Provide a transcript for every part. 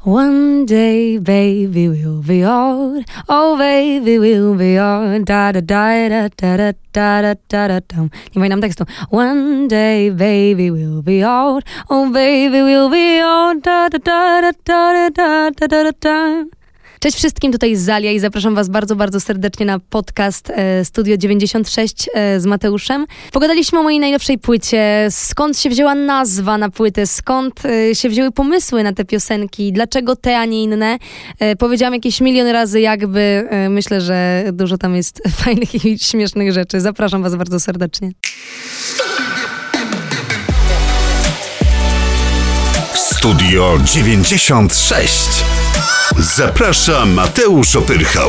One day, baby, we'll be old. Oh, baby, we'll be old. Da da da da da da da da da da dum. Nie pamiętam tekstu. One day, baby, we'll be old. Oh, baby, we'll be old. Da da da da da da da da da da. Cześć wszystkim, tutaj Zalia i zapraszam was bardzo, bardzo serdecznie na podcast Studio 96 z Mateuszem. Pogadaliśmy o mojej najnowszej płycie, skąd się wzięła nazwa na płytę, skąd się wzięły pomysły na te piosenki, dlaczego te, a nie inne. Powiedziałam jakieś milion razy jakby, myślę, że dużo tam jest fajnych i śmiesznych rzeczy. Zapraszam was bardzo serdecznie. Studio 96. Zaprasza Mateusz Opyrchał.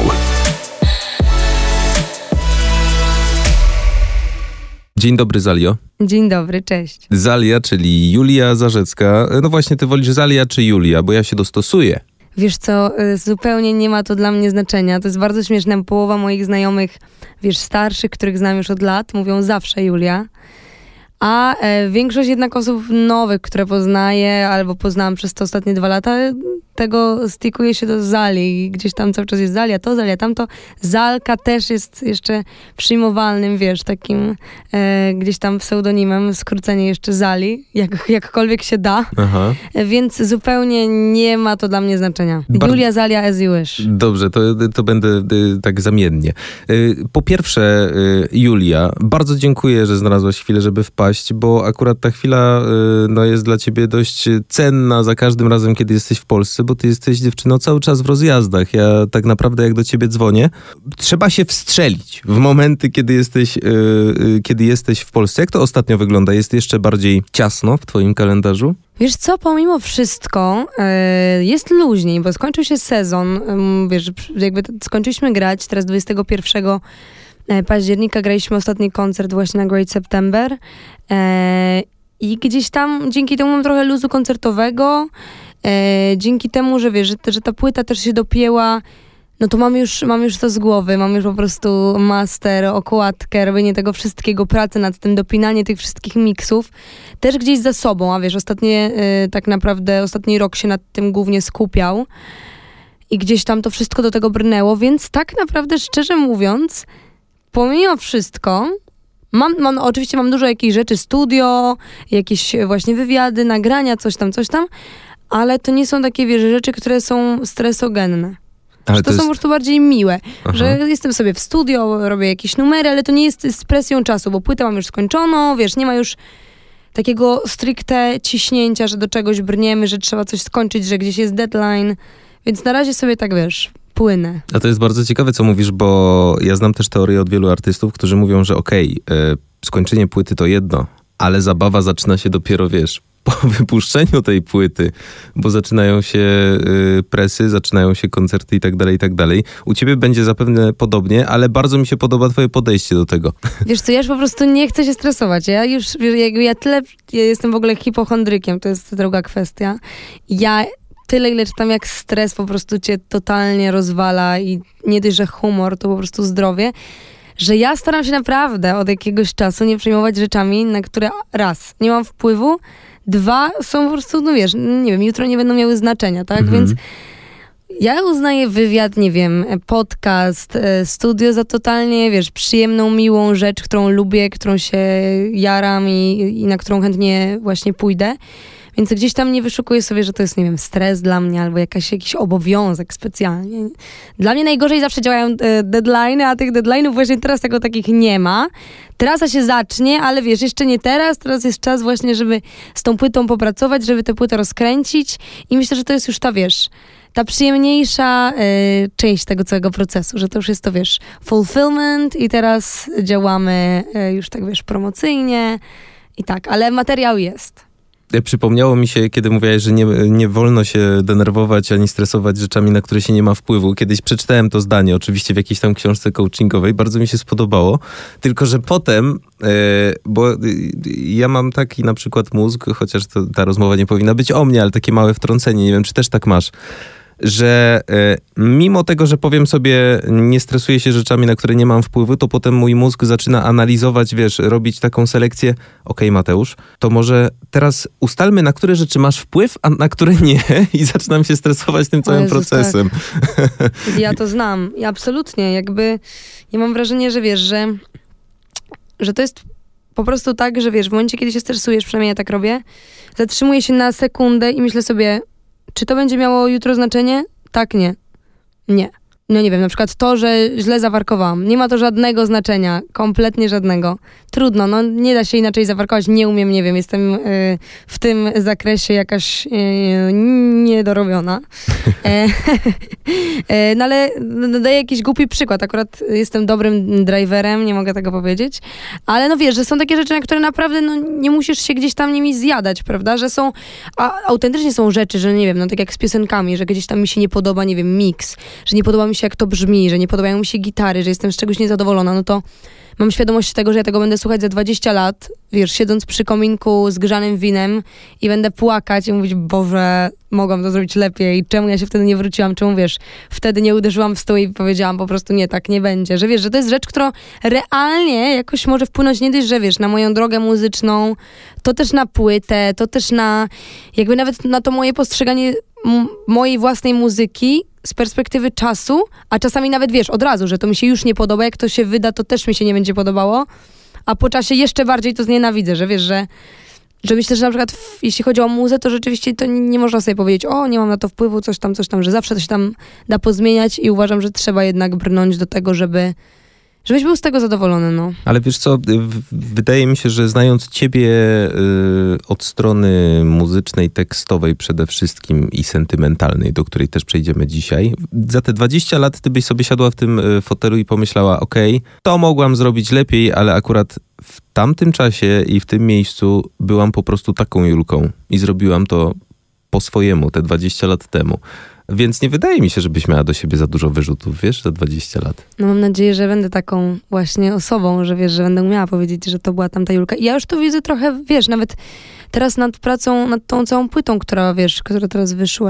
Dzień dobry, Zalio. Dzień dobry, cześć. Zalia, czyli Julia Zarzecka. No właśnie, ty wolisz Zalia czy Julia, bo ja się dostosuję. Wiesz co, zupełnie nie ma to dla mnie znaczenia. To jest bardzo śmieszne. Połowa moich znajomych, wiesz, starszych, których znam już od lat, mówią zawsze Julia. A większość jednak osób nowych, które poznaję albo poznałam przez te ostatnie 2 lata, tego stykuje się do Zali i gdzieś tam cały czas jest Zalia to, Zalia tamto. Zalka też jest jeszcze przyjmowalnym, wiesz, takim gdzieś tam pseudonimem, skrócenie jeszcze Zali, jakkolwiek się da. Aha. Więc zupełnie nie ma to dla mnie znaczenia. Julia, Zalia, as you wish. Dobrze, to będę tak zamiennie. Po pierwsze, Julia, bardzo dziękuję, że znalazłaś chwilę, żeby wpaść, bo akurat ta chwila jest dla ciebie dość cenna za każdym razem, kiedy jesteś w Polsce, bo ty jesteś dziewczyną cały czas w rozjazdach. Ja tak naprawdę jak do ciebie dzwonię, trzeba się wstrzelić w momenty, kiedy jesteś w Polsce. Jak to ostatnio wygląda? Jest jeszcze bardziej ciasno w twoim kalendarzu? Wiesz co, pomimo wszystko jest luźniej, bo skończył się sezon, wiesz, jakby skończyliśmy grać, teraz 21 października graliśmy ostatni koncert właśnie na Great September i gdzieś tam dzięki temu mam trochę luzu koncertowego, dzięki temu, że wiesz, że ta płyta też się dopięła, no to mam już to z głowy, mam już po prostu master, okładkę, robienie tego wszystkiego, pracę nad tym, dopinanie tych wszystkich miksów, też gdzieś za sobą, a wiesz, tak naprawdę ostatni rok się nad tym głównie skupiał i gdzieś tam to wszystko do tego brnęło, więc tak naprawdę szczerze mówiąc, pomimo wszystko, oczywiście mam dużo jakichś rzeczy, studio, jakieś właśnie wywiady, nagrania, coś tam, ale to nie są takie, wiesz, rzeczy, które są stresogenne. Ale to są po prostu bardziej miłe, że jestem sobie w studio, robię jakieś numery, ale to nie jest z presją czasu, bo płytę mam już skończoną, wiesz, nie ma już takiego stricte ciśnięcia, że do czegoś brniemy, że trzeba coś skończyć, że gdzieś jest deadline, więc na razie sobie tak, wiesz, płynę. A to jest bardzo ciekawe, co mówisz, bo ja znam też teorię od wielu artystów, którzy mówią, że skończenie płyty to jedno, ale zabawa zaczyna się dopiero, wiesz, po wypuszczeniu tej płyty, bo zaczynają się presy, zaczynają się koncerty i tak dalej. U ciebie będzie zapewne podobnie, ale bardzo mi się podoba twoje podejście do tego. Wiesz co, ja już po prostu nie chcę się stresować. Ja jestem w ogóle hipochondrykiem, to jest druga kwestia. Ja tyle, ile czytam, jak stres po prostu cię totalnie rozwala i nie dość, że humor, to po prostu zdrowie, że ja staram się naprawdę od jakiegoś czasu nie przejmować rzeczami, na które raz, nie mam wpływu, 2, są po prostu, no wiesz, nie wiem, jutro nie będą miały znaczenia, tak? Więc ja uznaję wywiad, nie wiem, podcast, studio za totalnie, wiesz, przyjemną, miłą rzecz, którą lubię, którą się jaram i na którą chętnie właśnie pójdę. Więc gdzieś tam nie wyszukuję sobie, że to jest, nie wiem, stres dla mnie albo jakiś obowiązek specjalnie. Dla mnie najgorzej zawsze działają deadline'y, a tych deadline'ów właśnie teraz takich nie ma. Trasa się zacznie, ale wiesz, jeszcze nie teraz. Teraz jest czas właśnie, żeby z tą płytą popracować, żeby tę płytę rozkręcić i myślę, że to jest już ta przyjemniejsza część tego całego procesu, że to już jest to, wiesz, fulfillment i teraz działamy już tak, wiesz, promocyjnie i tak, ale materiał jest. Przypomniało mi się, kiedy mówiłaś, że nie wolno się denerwować ani stresować rzeczami, na które się nie ma wpływu. Kiedyś przeczytałem to zdanie, oczywiście w jakiejś tam książce coachingowej, bardzo mi się spodobało, tylko że potem, bo ja mam taki na przykład mózg, chociaż ta rozmowa nie powinna być o mnie, ale takie małe wtrącenie, nie wiem, czy też tak masz, że mimo tego, że powiem sobie, nie stresuję się rzeczami, na które nie mam wpływu, to potem mój mózg zaczyna analizować, wiesz, robić taką selekcję. Okej, Mateusz, to może teraz ustalmy, na które rzeczy masz wpływ, a na które nie i zaczynam się stresować tym całym procesem. Tak. Ja to znam. Ja absolutnie. Jakby ja mam wrażenie, że wiesz, że to jest po prostu tak, że wiesz, w momencie, kiedy się stresujesz, przynajmniej ja tak robię, zatrzymuję się na sekundę i myślę sobie, czy to będzie miało jutro znaczenie? Tak, nie. Nie. No nie wiem, na przykład to, że źle zawarkowałam. Nie ma to żadnego znaczenia. Kompletnie żadnego. Trudno, no nie da się inaczej zawarkować. Nie umiem, nie wiem. Jestem w tym zakresie jakaś niedorobiona. No ale daję jakiś głupi przykład. Akurat jestem dobrym driverem, nie mogę tego powiedzieć. Ale no wiesz, że są takie rzeczy, na które naprawdę no, nie musisz się gdzieś tam nimi zjadać, prawda? Że są, autentycznie są rzeczy, że nie wiem, no tak jak z piosenkami, że gdzieś tam mi się nie podoba, nie wiem, miks, że nie podoba mi się jak to brzmi, że nie podobają mi się gitary, że jestem z czegoś niezadowolona, no to mam świadomość tego, że ja tego będę słuchać za 20 lat, wiesz, siedząc przy kominku z grzanym winem i będę płakać i mówić, Boże, mogłam to zrobić lepiej, czemu ja się wtedy nie wróciłam, czemu, wiesz, wtedy nie uderzyłam w stół i powiedziałam po prostu nie, tak nie będzie, że wiesz, że to jest rzecz, która realnie jakoś może wpłynąć nie dość, że wiesz, na moją drogę muzyczną, to też na płytę, to też na, jakby nawet na to moje postrzeganie mojej własnej muzyki z perspektywy czasu, a czasami nawet wiesz, od razu, że to mi się już nie podoba, jak to się wyda, to też mi się nie będzie podobało, a po czasie jeszcze bardziej to znienawidzę, że wiesz, że myślę, że na przykład jeśli chodzi o muzę, to rzeczywiście to nie można sobie powiedzieć, o, nie mam na to wpływu, coś tam, że zawsze to się tam da pozmieniać i uważam, że trzeba jednak brnąć do tego, żebyś był z tego zadowolony, no. Ale wiesz co, wydaje mi się, że znając ciebie od strony muzycznej, tekstowej przede wszystkim i sentymentalnej, do której też przejdziemy dzisiaj, za te 20 lat ty byś sobie siadła w tym fotelu i pomyślała, okej, to mogłam zrobić lepiej, ale akurat w tamtym czasie i w tym miejscu byłam po prostu taką Julką i zrobiłam to po swojemu te 20 lat temu. Więc nie wydaje mi się, żebyś miała do siebie za dużo wyrzutów, wiesz, za 20 lat. No mam nadzieję, że będę taką właśnie osobą, że wiesz, że będę umiała powiedzieć, że to była tamta Julka. I ja już to widzę trochę, wiesz, nawet teraz nad pracą, nad tą całą płytą, która teraz wyszła,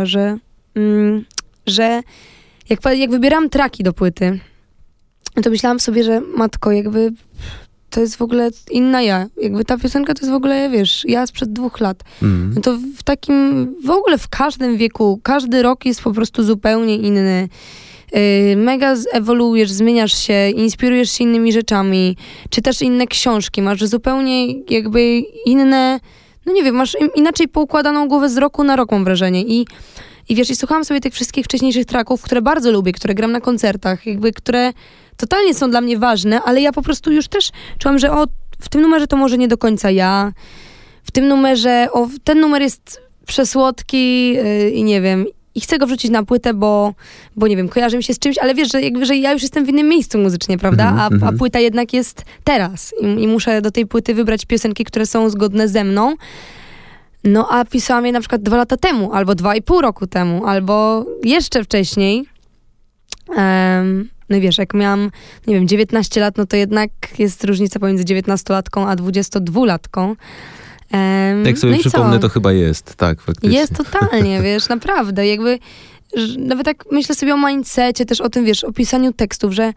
że jak wybieram traki do płyty, to myślałam sobie, że matko, jakby to jest w ogóle inna ja. Jakby ta piosenka to jest w ogóle, wiesz, ja sprzed 2 lat. No to w ogóle w każdym wieku, każdy rok jest po prostu zupełnie inny. Mega ewoluujesz, zmieniasz się, inspirujesz się innymi rzeczami, czytasz inne książki, masz zupełnie jakby inne, no nie wiem, masz inaczej poukładaną głowę z roku na rok, mam wrażenie. I wiesz, i słuchałam sobie tych wszystkich wcześniejszych tracków, które bardzo lubię, które gram na koncertach, jakby, które totalnie są dla mnie ważne, ale ja po prostu już też czułam, że w tym numerze to może nie do końca ja, w tym numerze, ten numer jest przesłodki i nie wiem, i chcę go wrzucić na płytę, bo nie wiem, kojarzy mi się z czymś, ale wiesz, że ja już jestem w innym miejscu muzycznie, prawda? A płyta jednak jest teraz i muszę do tej płyty wybrać piosenki, które są zgodne ze mną. No a pisałam je na przykład 2 lata temu, albo 2,5 roku temu, albo jeszcze wcześniej. No i wiesz, jak miałam, nie wiem, 19 lat, no to jednak jest różnica pomiędzy 19-latką a 22-latką. Jak sobie przypomnę, to chyba jest, tak, faktycznie. Jest totalnie, wiesz, naprawdę, jakby, nawet jak myślę sobie o mindsetie, też o tym, wiesz, o pisaniu tekstów, że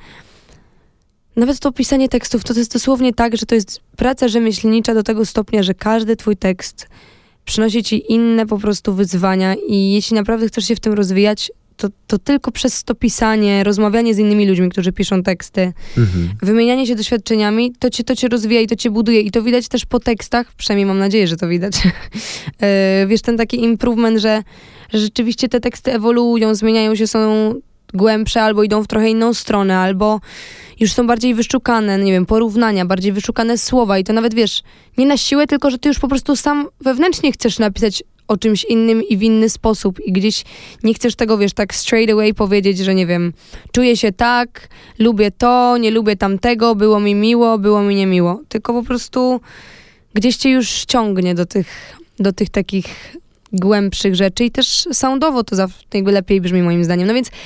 nawet to pisanie tekstów, to jest dosłownie tak, że to jest praca rzemieślnicza do tego stopnia, że każdy twój tekst przynosi ci inne po prostu wyzwania i jeśli naprawdę chcesz się w tym rozwijać, to tylko przez to pisanie, rozmawianie z innymi ludźmi, którzy piszą teksty, wymienianie się doświadczeniami, to cię rozwija i to cię buduje. I to widać też po tekstach, przynajmniej mam nadzieję, że to widać. Wiesz, ten taki improvement, że rzeczywiście te teksty ewoluują, zmieniają się, są głębsze, albo idą w trochę inną stronę, albo już są bardziej wyszukane, nie wiem, porównania, bardziej wyszukane słowa i to nawet, wiesz, nie na siłę, tylko że ty już po prostu sam wewnętrznie chcesz napisać o czymś innym i w inny sposób i gdzieś nie chcesz tego, wiesz, tak straight away powiedzieć, że nie wiem, czuję się tak, lubię to, nie lubię tamtego, było mi miło, było mi niemiło, tylko po prostu gdzieś cię już ciągnie do tych takich głębszych rzeczy i też soundowo to jakby lepiej brzmi moim zdaniem. No więc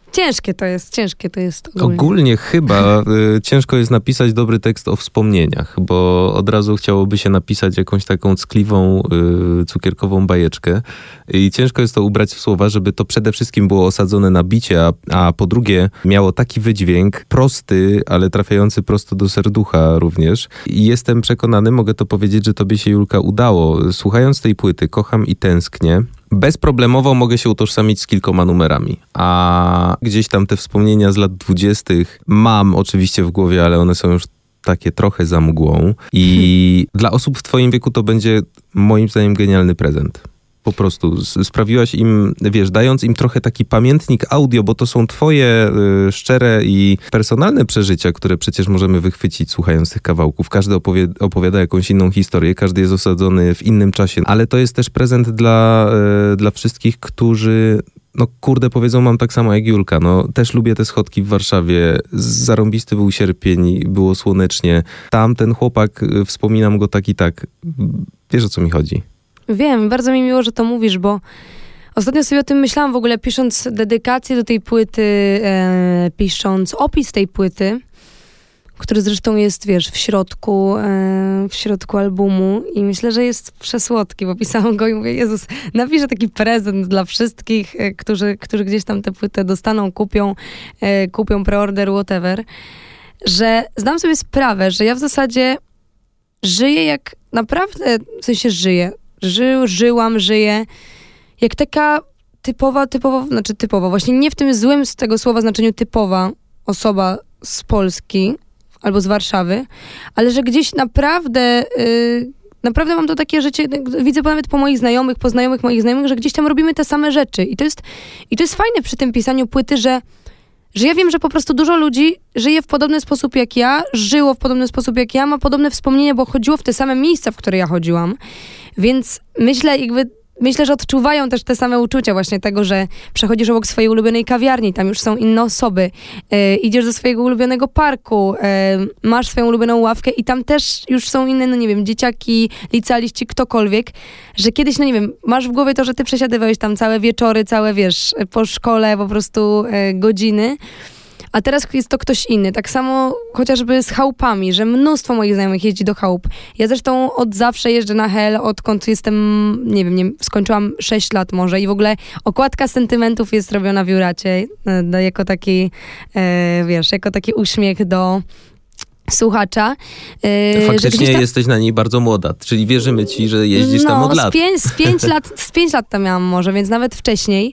Ciężkie to jest Ogólnie chyba ciężko jest napisać dobry tekst o wspomnieniach, bo od razu chciałoby się napisać jakąś taką ckliwą, cukierkową bajeczkę i ciężko jest to ubrać w słowa, żeby to przede wszystkim było osadzone na bicie, a po drugie miało taki wydźwięk prosty, ale trafiający prosto do serducha również. I jestem przekonany, mogę to powiedzieć, że tobie się, Julka, udało. Słuchając tej płyty Kocham i tęsknię, bezproblemowo mogę się utożsamić z kilkoma numerami, a gdzieś tam te wspomnienia z lat 20. mam oczywiście w głowie, ale one są już takie trochę za mgłą i dla osób w twoim wieku to będzie moim zdaniem genialny prezent. Po prostu sprawiłaś im, wiesz, dając im trochę taki pamiętnik audio, bo to są twoje szczere i personalne przeżycia, które przecież możemy wychwycić słuchając tych kawałków. Każdy opowiada jakąś inną historię, każdy jest osadzony w innym czasie, ale to jest też prezent dla wszystkich, którzy no kurde, powiedzą, mam tak samo jak Julka, no też lubię te schodki w Warszawie, zarąbisty był sierpień, było słonecznie. Tam ten chłopak, wspominam go tak i tak. Wiesz, o co mi chodzi? Wiem, bardzo mi miło, że to mówisz, bo ostatnio sobie o tym myślałam w ogóle, pisząc dedykację do tej płyty, pisząc opis tej płyty, który zresztą jest, wiesz, w środku albumu i myślę, że jest przesłodki, bo pisałam go i mówię, Jezus, napiszę taki prezent dla wszystkich, którzy gdzieś tam tę płytę dostaną, kupią preorder, whatever, że zdam sobie sprawę, że ja w zasadzie żyję jak naprawdę, w sensie żyję, żyję jak taka typowa, właśnie nie w tym złym z tego słowa znaczeniu typowa osoba z Polski albo z Warszawy, ale że gdzieś naprawdę mam to takie życie, widzę nawet po moich znajomych, po znajomych moich znajomych, że gdzieś tam robimy te same rzeczy i to jest fajne przy tym pisaniu płyty, że ja wiem, że po prostu dużo ludzi żyje w podobny sposób jak ja, żyło w podobny sposób jak ja, ma podobne wspomnienia, bo chodziło w te same miejsca, w które ja chodziłam. Więc myślę, że odczuwają też te same uczucia właśnie tego, że przechodzisz obok swojej ulubionej kawiarni, tam już są inne osoby, idziesz do swojego ulubionego parku, masz swoją ulubioną ławkę i tam też już są inne, no nie wiem, dzieciaki, licealiści, ktokolwiek, że kiedyś, no nie wiem, masz w głowie to, że ty przesiadywałeś tam całe wieczory, całe, wiesz, po szkole po prostu godziny, a teraz jest to ktoś inny. Tak samo chociażby z chałupami, że mnóstwo moich znajomych jeździ do chałup. Ja zresztą od zawsze jeżdżę na Hel, odkąd jestem, nie wiem, skończyłam 6 lat może i w ogóle okładka sentymentów jest robiona w Juracie jako taki, wiesz, jako taki uśmiech do słuchacza. Faktycznie jesteś na niej bardzo młoda, czyli wierzymy ci, że jeździsz tam od lat. Z 5 lat tam miałam może, więc nawet wcześniej.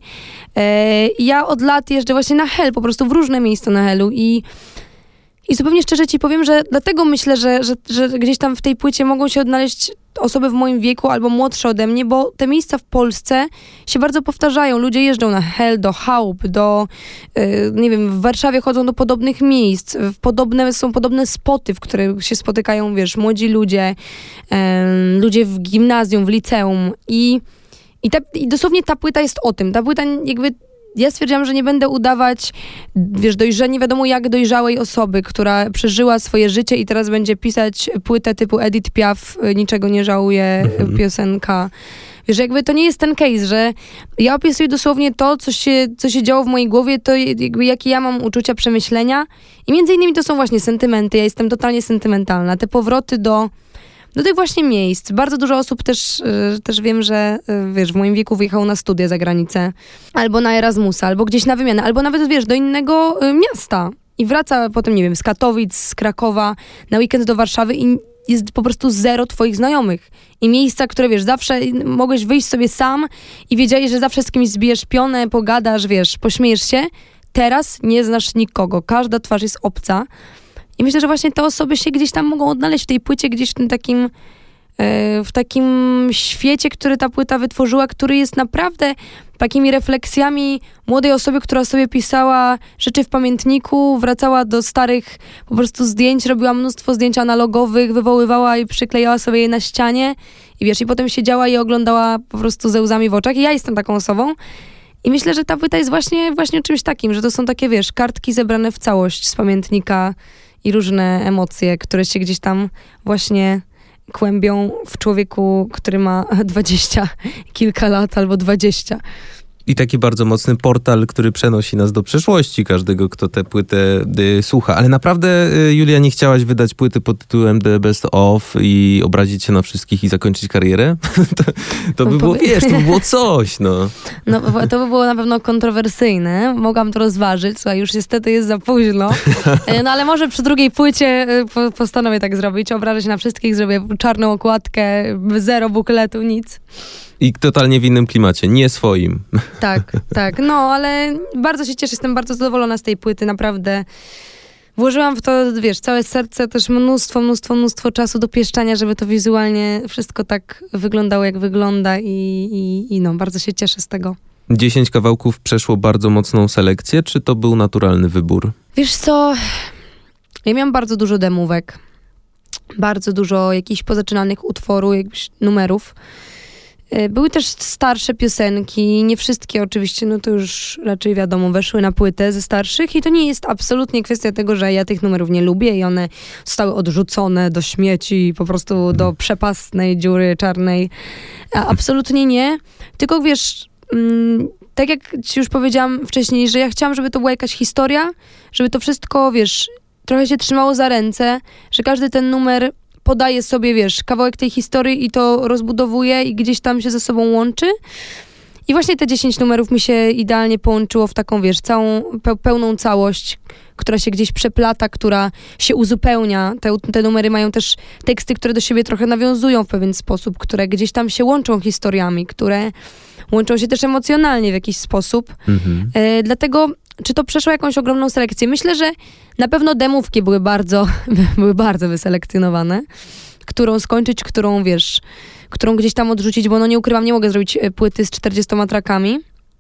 Ja od lat jeżdżę właśnie na Hel, po prostu w różne miejsca na Helu i zupełnie szczerze ci powiem, że dlatego myślę, że gdzieś tam w tej płycie mogą się odnaleźć osoby w moim wieku albo młodsze ode mnie, bo te miejsca w Polsce się bardzo powtarzają. Ludzie jeżdżą na Hel, do chałup, nie wiem, w Warszawie chodzą do podobnych miejsc, są podobne spoty, w których się spotykają, wiesz, młodzi ludzie, ludzie w gimnazjum, w liceum i dosłownie ta płyta jest o tym. Ta płyta jakby, ja stwierdziłam, że nie będę udawać, wiesz, nie wiadomo jak dojrzałej osoby, która przeżyła swoje życie i teraz będzie pisać płytę typu Edith Piaf, niczego nie żałuje, piosenka. Wiesz, jakby to nie jest ten case, że ja opisuję dosłownie to, co się działo w mojej głowie, to jakby jakie ja mam uczucia, przemyślenia i między innymi to są właśnie sentymenty. Ja jestem totalnie sentymentalna. Te powroty do tych właśnie miejsc. Bardzo dużo osób też wiem, że wiesz, w moim wieku wyjechało na studia za granicę, albo na Erasmusa, albo gdzieś na wymianę, albo nawet, wiesz, do innego miasta i wraca potem, nie wiem, z Katowic, z Krakowa na weekend do Warszawy i jest po prostu zero twoich znajomych. I miejsca, które, wiesz, zawsze mogłeś wyjść sobie sam i wiedziałeś, że zawsze z kimś zbijesz pionę, pogadasz, wiesz, pośmiejesz się. Teraz nie znasz nikogo. Każda twarz jest obca. I myślę, że właśnie te osoby się gdzieś tam mogą odnaleźć w tej płycie, gdzieś w takim świecie, który ta płyta wytworzyła, który jest naprawdę takimi refleksjami młodej osoby, która sobie pisała rzeczy w pamiętniku, wracała do starych po prostu zdjęć, robiła mnóstwo zdjęć analogowych, wywoływała i przyklejała sobie je na ścianie i wiesz, i potem siedziała i oglądała po prostu ze łzami w oczach. I ja jestem taką osobą. I myślę, że ta płyta jest właśnie czymś takim, że to są takie, wiesz, kartki zebrane w całość z pamiętnika i różne emocje, które się gdzieś tam właśnie kłębią w człowieku, który ma 20 kilka lat albo 20. I taki bardzo mocny portal, który przenosi nas do przeszłości każdego, kto tę płytę słucha. Ale naprawdę, Julia, nie chciałaś wydać płyty pod tytułem The Best Of i obrazić się na wszystkich i zakończyć karierę? to by było, wiesz, to by było coś, no. No, to by było na pewno kontrowersyjne. Mogłam to rozważyć, słuchaj, już niestety jest za późno. No ale może przy drugiej płycie postanowię tak zrobić. Obrażę się na wszystkich, zrobię czarną okładkę, zero bukletu, nic. I totalnie w innym klimacie, nie swoim. Tak. No, ale bardzo się cieszę, jestem bardzo zadowolona z tej płyty, naprawdę. Włożyłam w to, wiesz, całe serce, też mnóstwo czasu do pieszczania, żeby to wizualnie wszystko tak wyglądało, jak wygląda i no, bardzo się cieszę z tego. 10 kawałków przeszło bardzo mocną selekcję, czy to był naturalny wybór? Wiesz co, ja miałam bardzo dużo demówek, bardzo dużo jakichś pozaczynanych utworów, jakichś numerów. Były też starsze piosenki, nie wszystkie oczywiście, no to już raczej wiadomo, weszły na płytę ze starszych i to nie jest absolutnie kwestia tego, że ja tych numerów nie lubię i one zostały odrzucone do śmieci, po prostu do przepastnej dziury czarnej. Absolutnie nie, tylko wiesz, tak jak ci już powiedziałam wcześniej, że ja chciałam, żeby to była jakaś historia, żeby to wszystko, wiesz, trochę się trzymało za ręce, że każdy ten numer podaje sobie, wiesz, kawałek tej historii i to rozbudowuje i gdzieś tam się ze sobą łączy. I właśnie te 10 numerów mi się idealnie połączyło w taką, wiesz, całą, pełną całość, która się gdzieś przeplata, która się uzupełnia. Te numery mają też teksty, które do siebie trochę nawiązują w pewien sposób, które gdzieś tam się łączą historiami, które łączą się też emocjonalnie w jakiś sposób. Dlatego, czy to przeszło jakąś ogromną selekcję? Myślę, że na pewno demówki były bardzo wyselekcjonowane. Którą skończyć, którą, wiesz, którą gdzieś tam odrzucić, bo no nie ukrywam, nie mogę zrobić płyty z 40 trackami.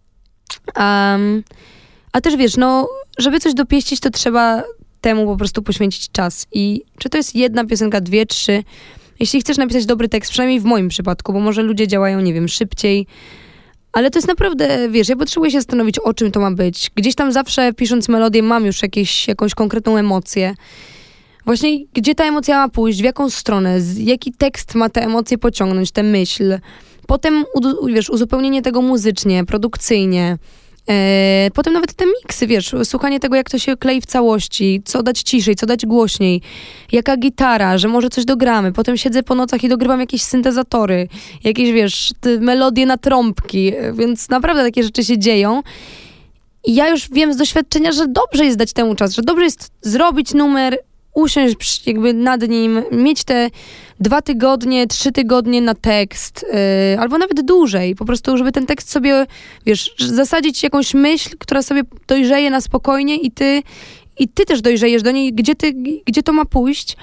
A też wiesz, no, żeby coś dopieścić, to trzeba temu po prostu poświęcić czas. I czy to jest jedna piosenka, 2, 3, jeśli chcesz napisać dobry tekst, przynajmniej w moim przypadku, bo może ludzie działają, nie wiem, szybciej, ale to jest naprawdę, wiesz, ja potrzebuję się zastanowić, o czym to ma być. Gdzieś tam zawsze pisząc melodię mam już jakąś konkretną emocję. Właśnie gdzie ta emocja ma pójść, w jaką stronę, jaki tekst ma te emocje pociągnąć, tę myśl. Potem, wiesz, uzupełnienie tego muzycznie, produkcyjnie. Potem nawet te miksy, wiesz, słuchanie tego, jak to się klei w całości, co dać ciszej, co dać głośniej, jaka gitara, że może coś dogramy. Potem siedzę po nocach i dogrywam jakieś syntezatory, jakieś, wiesz, melodie na trąbki, więc naprawdę takie rzeczy się dzieją. I ja już wiem z doświadczenia, że dobrze jest dać temu czas, że dobrze jest zrobić numer, usiąść jakby nad nim, mieć te 2 tygodnie, 3 tygodnie na tekst, albo nawet dłużej, po prostu, żeby ten tekst sobie, wiesz, zasadzić jakąś myśl, która sobie dojrzeje na spokojnie i ty też dojrzejesz do niej, gdzie to ma pójść.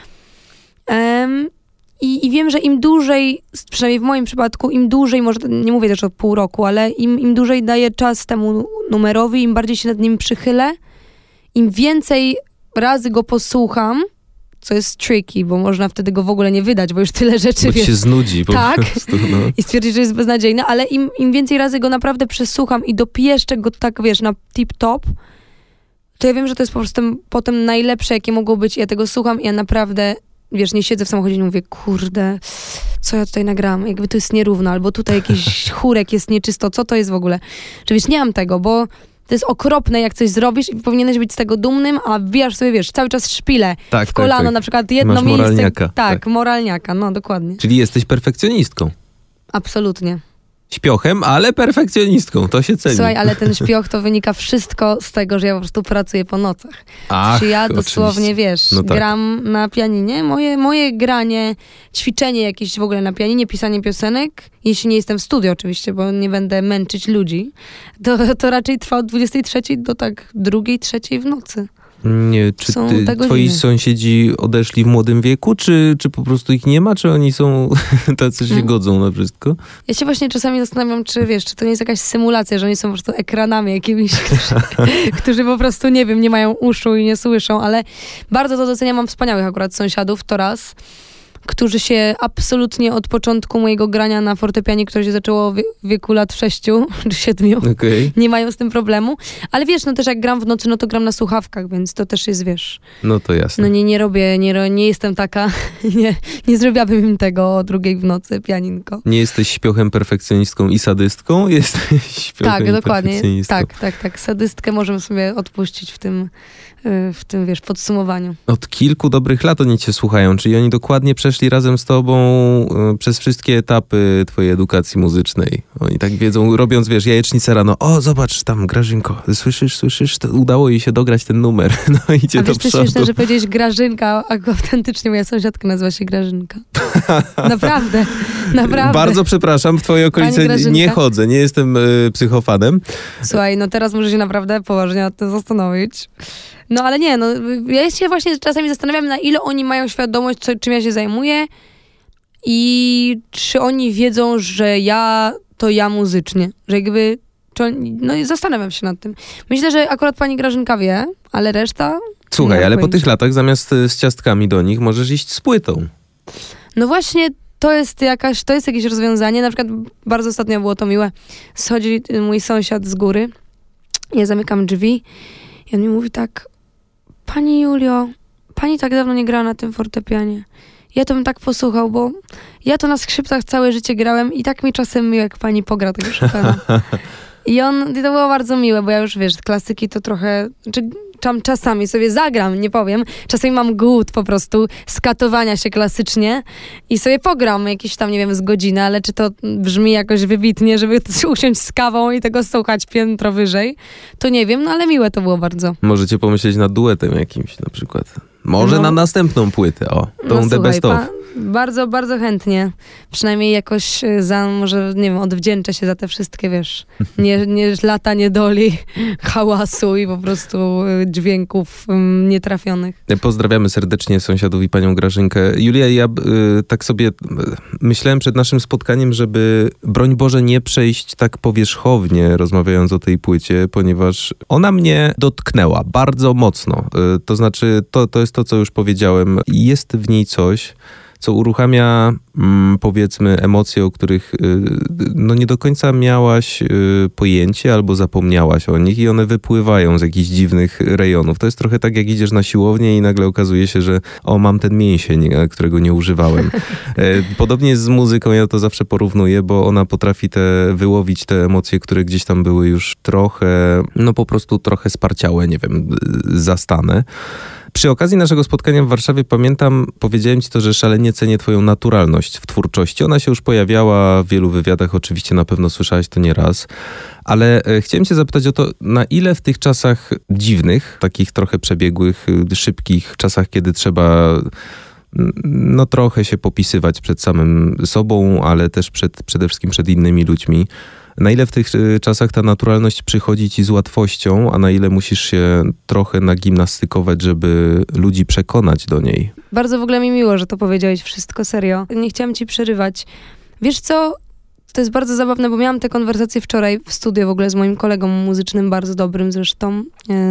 I wiem, że im dłużej, przynajmniej w moim przypadku, im dłużej, może nie mówię też o pół roku, ale im dłużej daję czas temu numerowi, im bardziej się nad nim przychylę, im więcej razy go posłucham, co jest tricky, bo można wtedy go w ogóle nie wydać, bo już tyle rzeczy, bo wiesz, się znudzi po prostu, no. I stwierdzić, że jest beznadziejny, ale im więcej razy go naprawdę przesłucham i dopieszczę go tak, wiesz, na tip-top, to ja wiem, że to jest po prostu potem najlepsze, jakie mogło być. Ja tego słucham i ja naprawdę, wiesz, nie siedzę w samochodzie i nie mówię, kurde, co ja tutaj nagrałam, jakby to jest nierówno, albo tutaj jakiś chórek jest nieczysto, co to jest w ogóle? Że wiesz, nie mam tego, bo to jest okropne, jak coś zrobisz i powinieneś być z tego dumnym, a wbijasz sobie, wiesz, cały czas szpilę w kolano, tak. Na przykład jedno masz miejsce. Moralniaka. Tak, moralniaka, no dokładnie. Czyli jesteś perfekcjonistką. Absolutnie. Śpiochem, ale perfekcjonistką, to się ceni. Słuchaj, ale ten śpioch to wynika wszystko z tego, że ja po prostu pracuję po nocach. Czy ja dosłownie, oczywiście. Wiesz, no tak. Gram na pianinie. Moje granie, ćwiczenie jakieś w ogóle na pianinie, pisanie piosenek, jeśli nie jestem w studiu oczywiście, bo nie będę męczyć ludzi, to raczej trwa od 23 do tak 2, 3 w nocy. Nie, czy twoi sąsiedzi odeszli w młodym wieku, czy po prostu ich nie ma, czy oni są tacy, że się godzą na wszystko? Ja się właśnie czasami zastanawiam, czy to nie jest jakaś symulacja, że oni są po prostu ekranami jakimiś, którzy po prostu, nie wiem, nie mają uszu i nie słyszą, ale bardzo to doceniam, mam wspaniałych akurat sąsiadów, to raz, którzy się absolutnie od początku mojego grania na fortepianie, które się zaczęło w wieku lat 6 czy 7, nie mają z tym problemu. Ale wiesz, no też jak gram w nocy, no to gram na słuchawkach, więc to też jest, wiesz... No to jasne. No nie robię, nie jestem taka, nie zrobiłabym im tego o 2 w nocy, pianinko. Nie jesteś śpiochem, perfekcjonistką i sadystką? Jesteś śpiochem tak, i dokładnie. perfekcjonistką. Tak. Sadystkę możemy sobie odpuścić w tym, wiesz, podsumowaniu. Od kilku dobrych lat oni cię słuchają, czyli oni dokładnie przeszli razem z tobą przez wszystkie etapy twojej edukacji muzycznej. Oni tak wiedzą, robiąc, wiesz, jajecznicę rano, o, zobacz tam, Grażynko, słyszysz? To udało jej się dograć ten numer. No idzie do przodu. A wiesz, to śmieszne, że powiedziałeś Grażynka, a autentycznie moja sąsiadka nazywa się Grażynka. Naprawdę. Bardzo przepraszam, w twojej okolicy nie chodzę, nie jestem psychofanem. Słuchaj, no teraz muszę się naprawdę poważnie nad tym zastanowić. No ale nie, no ja się właśnie czasami zastanawiam, na ile oni mają świadomość, czym ja się zajmuję i czy oni wiedzą, że ja muzycznie, że jakby, no i zastanawiam się nad tym. Myślę, że akurat pani Grażynka wie, ale reszta... Słuchaj, ale po tych latach zamiast z ciastkami do nich możesz iść z płytą. No właśnie, to jest jakieś rozwiązanie. Na przykład bardzo ostatnio było to miłe. Schodzi mój sąsiad z góry, ja zamykam drzwi i on mi mówi tak: pani Julio, pani tak dawno nie grała na tym fortepianie. Ja to bym tak posłuchał, bo ja to na skrzypcach całe życie grałem i tak mi czasem miło, jak pani pogra tego Chopina. I to było bardzo miłe, bo ja już, wiesz, klasyki to trochę... Czasami sobie zagram, nie powiem. Czasami mam głód po prostu skatowania się klasycznie i sobie pogram jakieś tam, nie wiem, z godziny, ale czy to brzmi jakoś wybitnie, żeby usiąść z kawą i tego słuchać piętro wyżej, to nie wiem, no ale miłe to było bardzo. Możecie pomyśleć nad duetem jakimś na przykład. Może na następną płytę, tą The Best Of. Bardzo, bardzo chętnie. Przynajmniej jakoś może, nie wiem, odwdzięczę się za te wszystkie, wiesz, nie lata niedoli, hałasu i po prostu dźwięków nietrafionych. Pozdrawiamy serdecznie sąsiadów i panią Grażynkę. Julia, ja tak sobie myślałem przed naszym spotkaniem, żeby, broń Boże, nie przejść tak powierzchownie, rozmawiając o tej płycie, ponieważ ona mnie dotknęła bardzo mocno. To znaczy, to jest to, co już powiedziałem. Jest w niej coś, co uruchamia, powiedzmy, emocje, o których no nie do końca miałaś pojęcie albo zapomniałaś o nich i one wypływają z jakichś dziwnych rejonów. To jest trochę tak, jak idziesz na siłownię i nagle okazuje się, że mam ten mięsień, którego nie używałem. Podobnie jest z muzyką, ja to zawsze porównuję, bo ona potrafi wyłowić te emocje, które gdzieś tam były już trochę, no po prostu trochę sparciałe, nie wiem, zastane. Przy okazji naszego spotkania w Warszawie, pamiętam, powiedziałem ci to, że szalenie cenię twoją naturalność w twórczości. Ona się już pojawiała w wielu wywiadach, oczywiście na pewno słyszałeś to nieraz, ale chciałem cię zapytać o to, na ile w tych czasach dziwnych, takich trochę przebiegłych, szybkich czasach, kiedy trzeba no trochę się popisywać przed samym sobą, ale też przede wszystkim przed innymi ludźmi, na ile w tych czasach ta naturalność przychodzi ci z łatwością, a na ile musisz się trochę nagimnastykować, żeby ludzi przekonać do niej? Bardzo w ogóle mi miło, że to powiedziałeś wszystko, serio. Nie chciałam ci przerywać. Wiesz co? To jest bardzo zabawne, bo miałam tę konwersację wczoraj w studiu w ogóle z moim kolegą muzycznym, bardzo dobrym zresztą.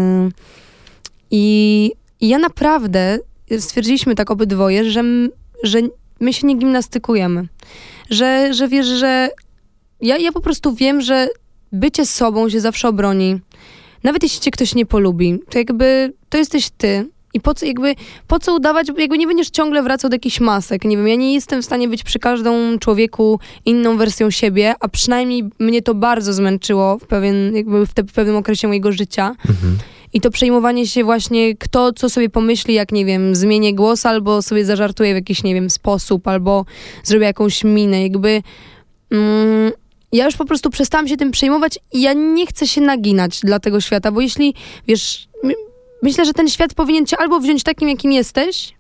I ja naprawdę stwierdziliśmy tak obydwoje, że my się nie gimnastykujemy. Że wiesz, że ja po prostu wiem, że bycie sobą się zawsze obroni. Nawet jeśli cię ktoś nie polubi, to jakby to jesteś ty. I po co udawać, jakby nie będziesz ciągle wracał do jakichś masek. Nie wiem, ja nie jestem w stanie być przy każdym człowieku inną wersją siebie, a przynajmniej mnie to bardzo zmęczyło w pewnym okresie mojego życia. Mhm. I to przejmowanie się właśnie, kto co sobie pomyśli, jak, nie wiem, zmienię głos, albo sobie zażartuje w jakiś, nie wiem, sposób, albo zrobię jakąś minę. Ja już po prostu przestałam się tym przejmować i ja nie chcę się naginać dla tego świata, bo jeśli, wiesz, myślę, że ten świat powinien cię albo wziąć takim, jakim jesteś,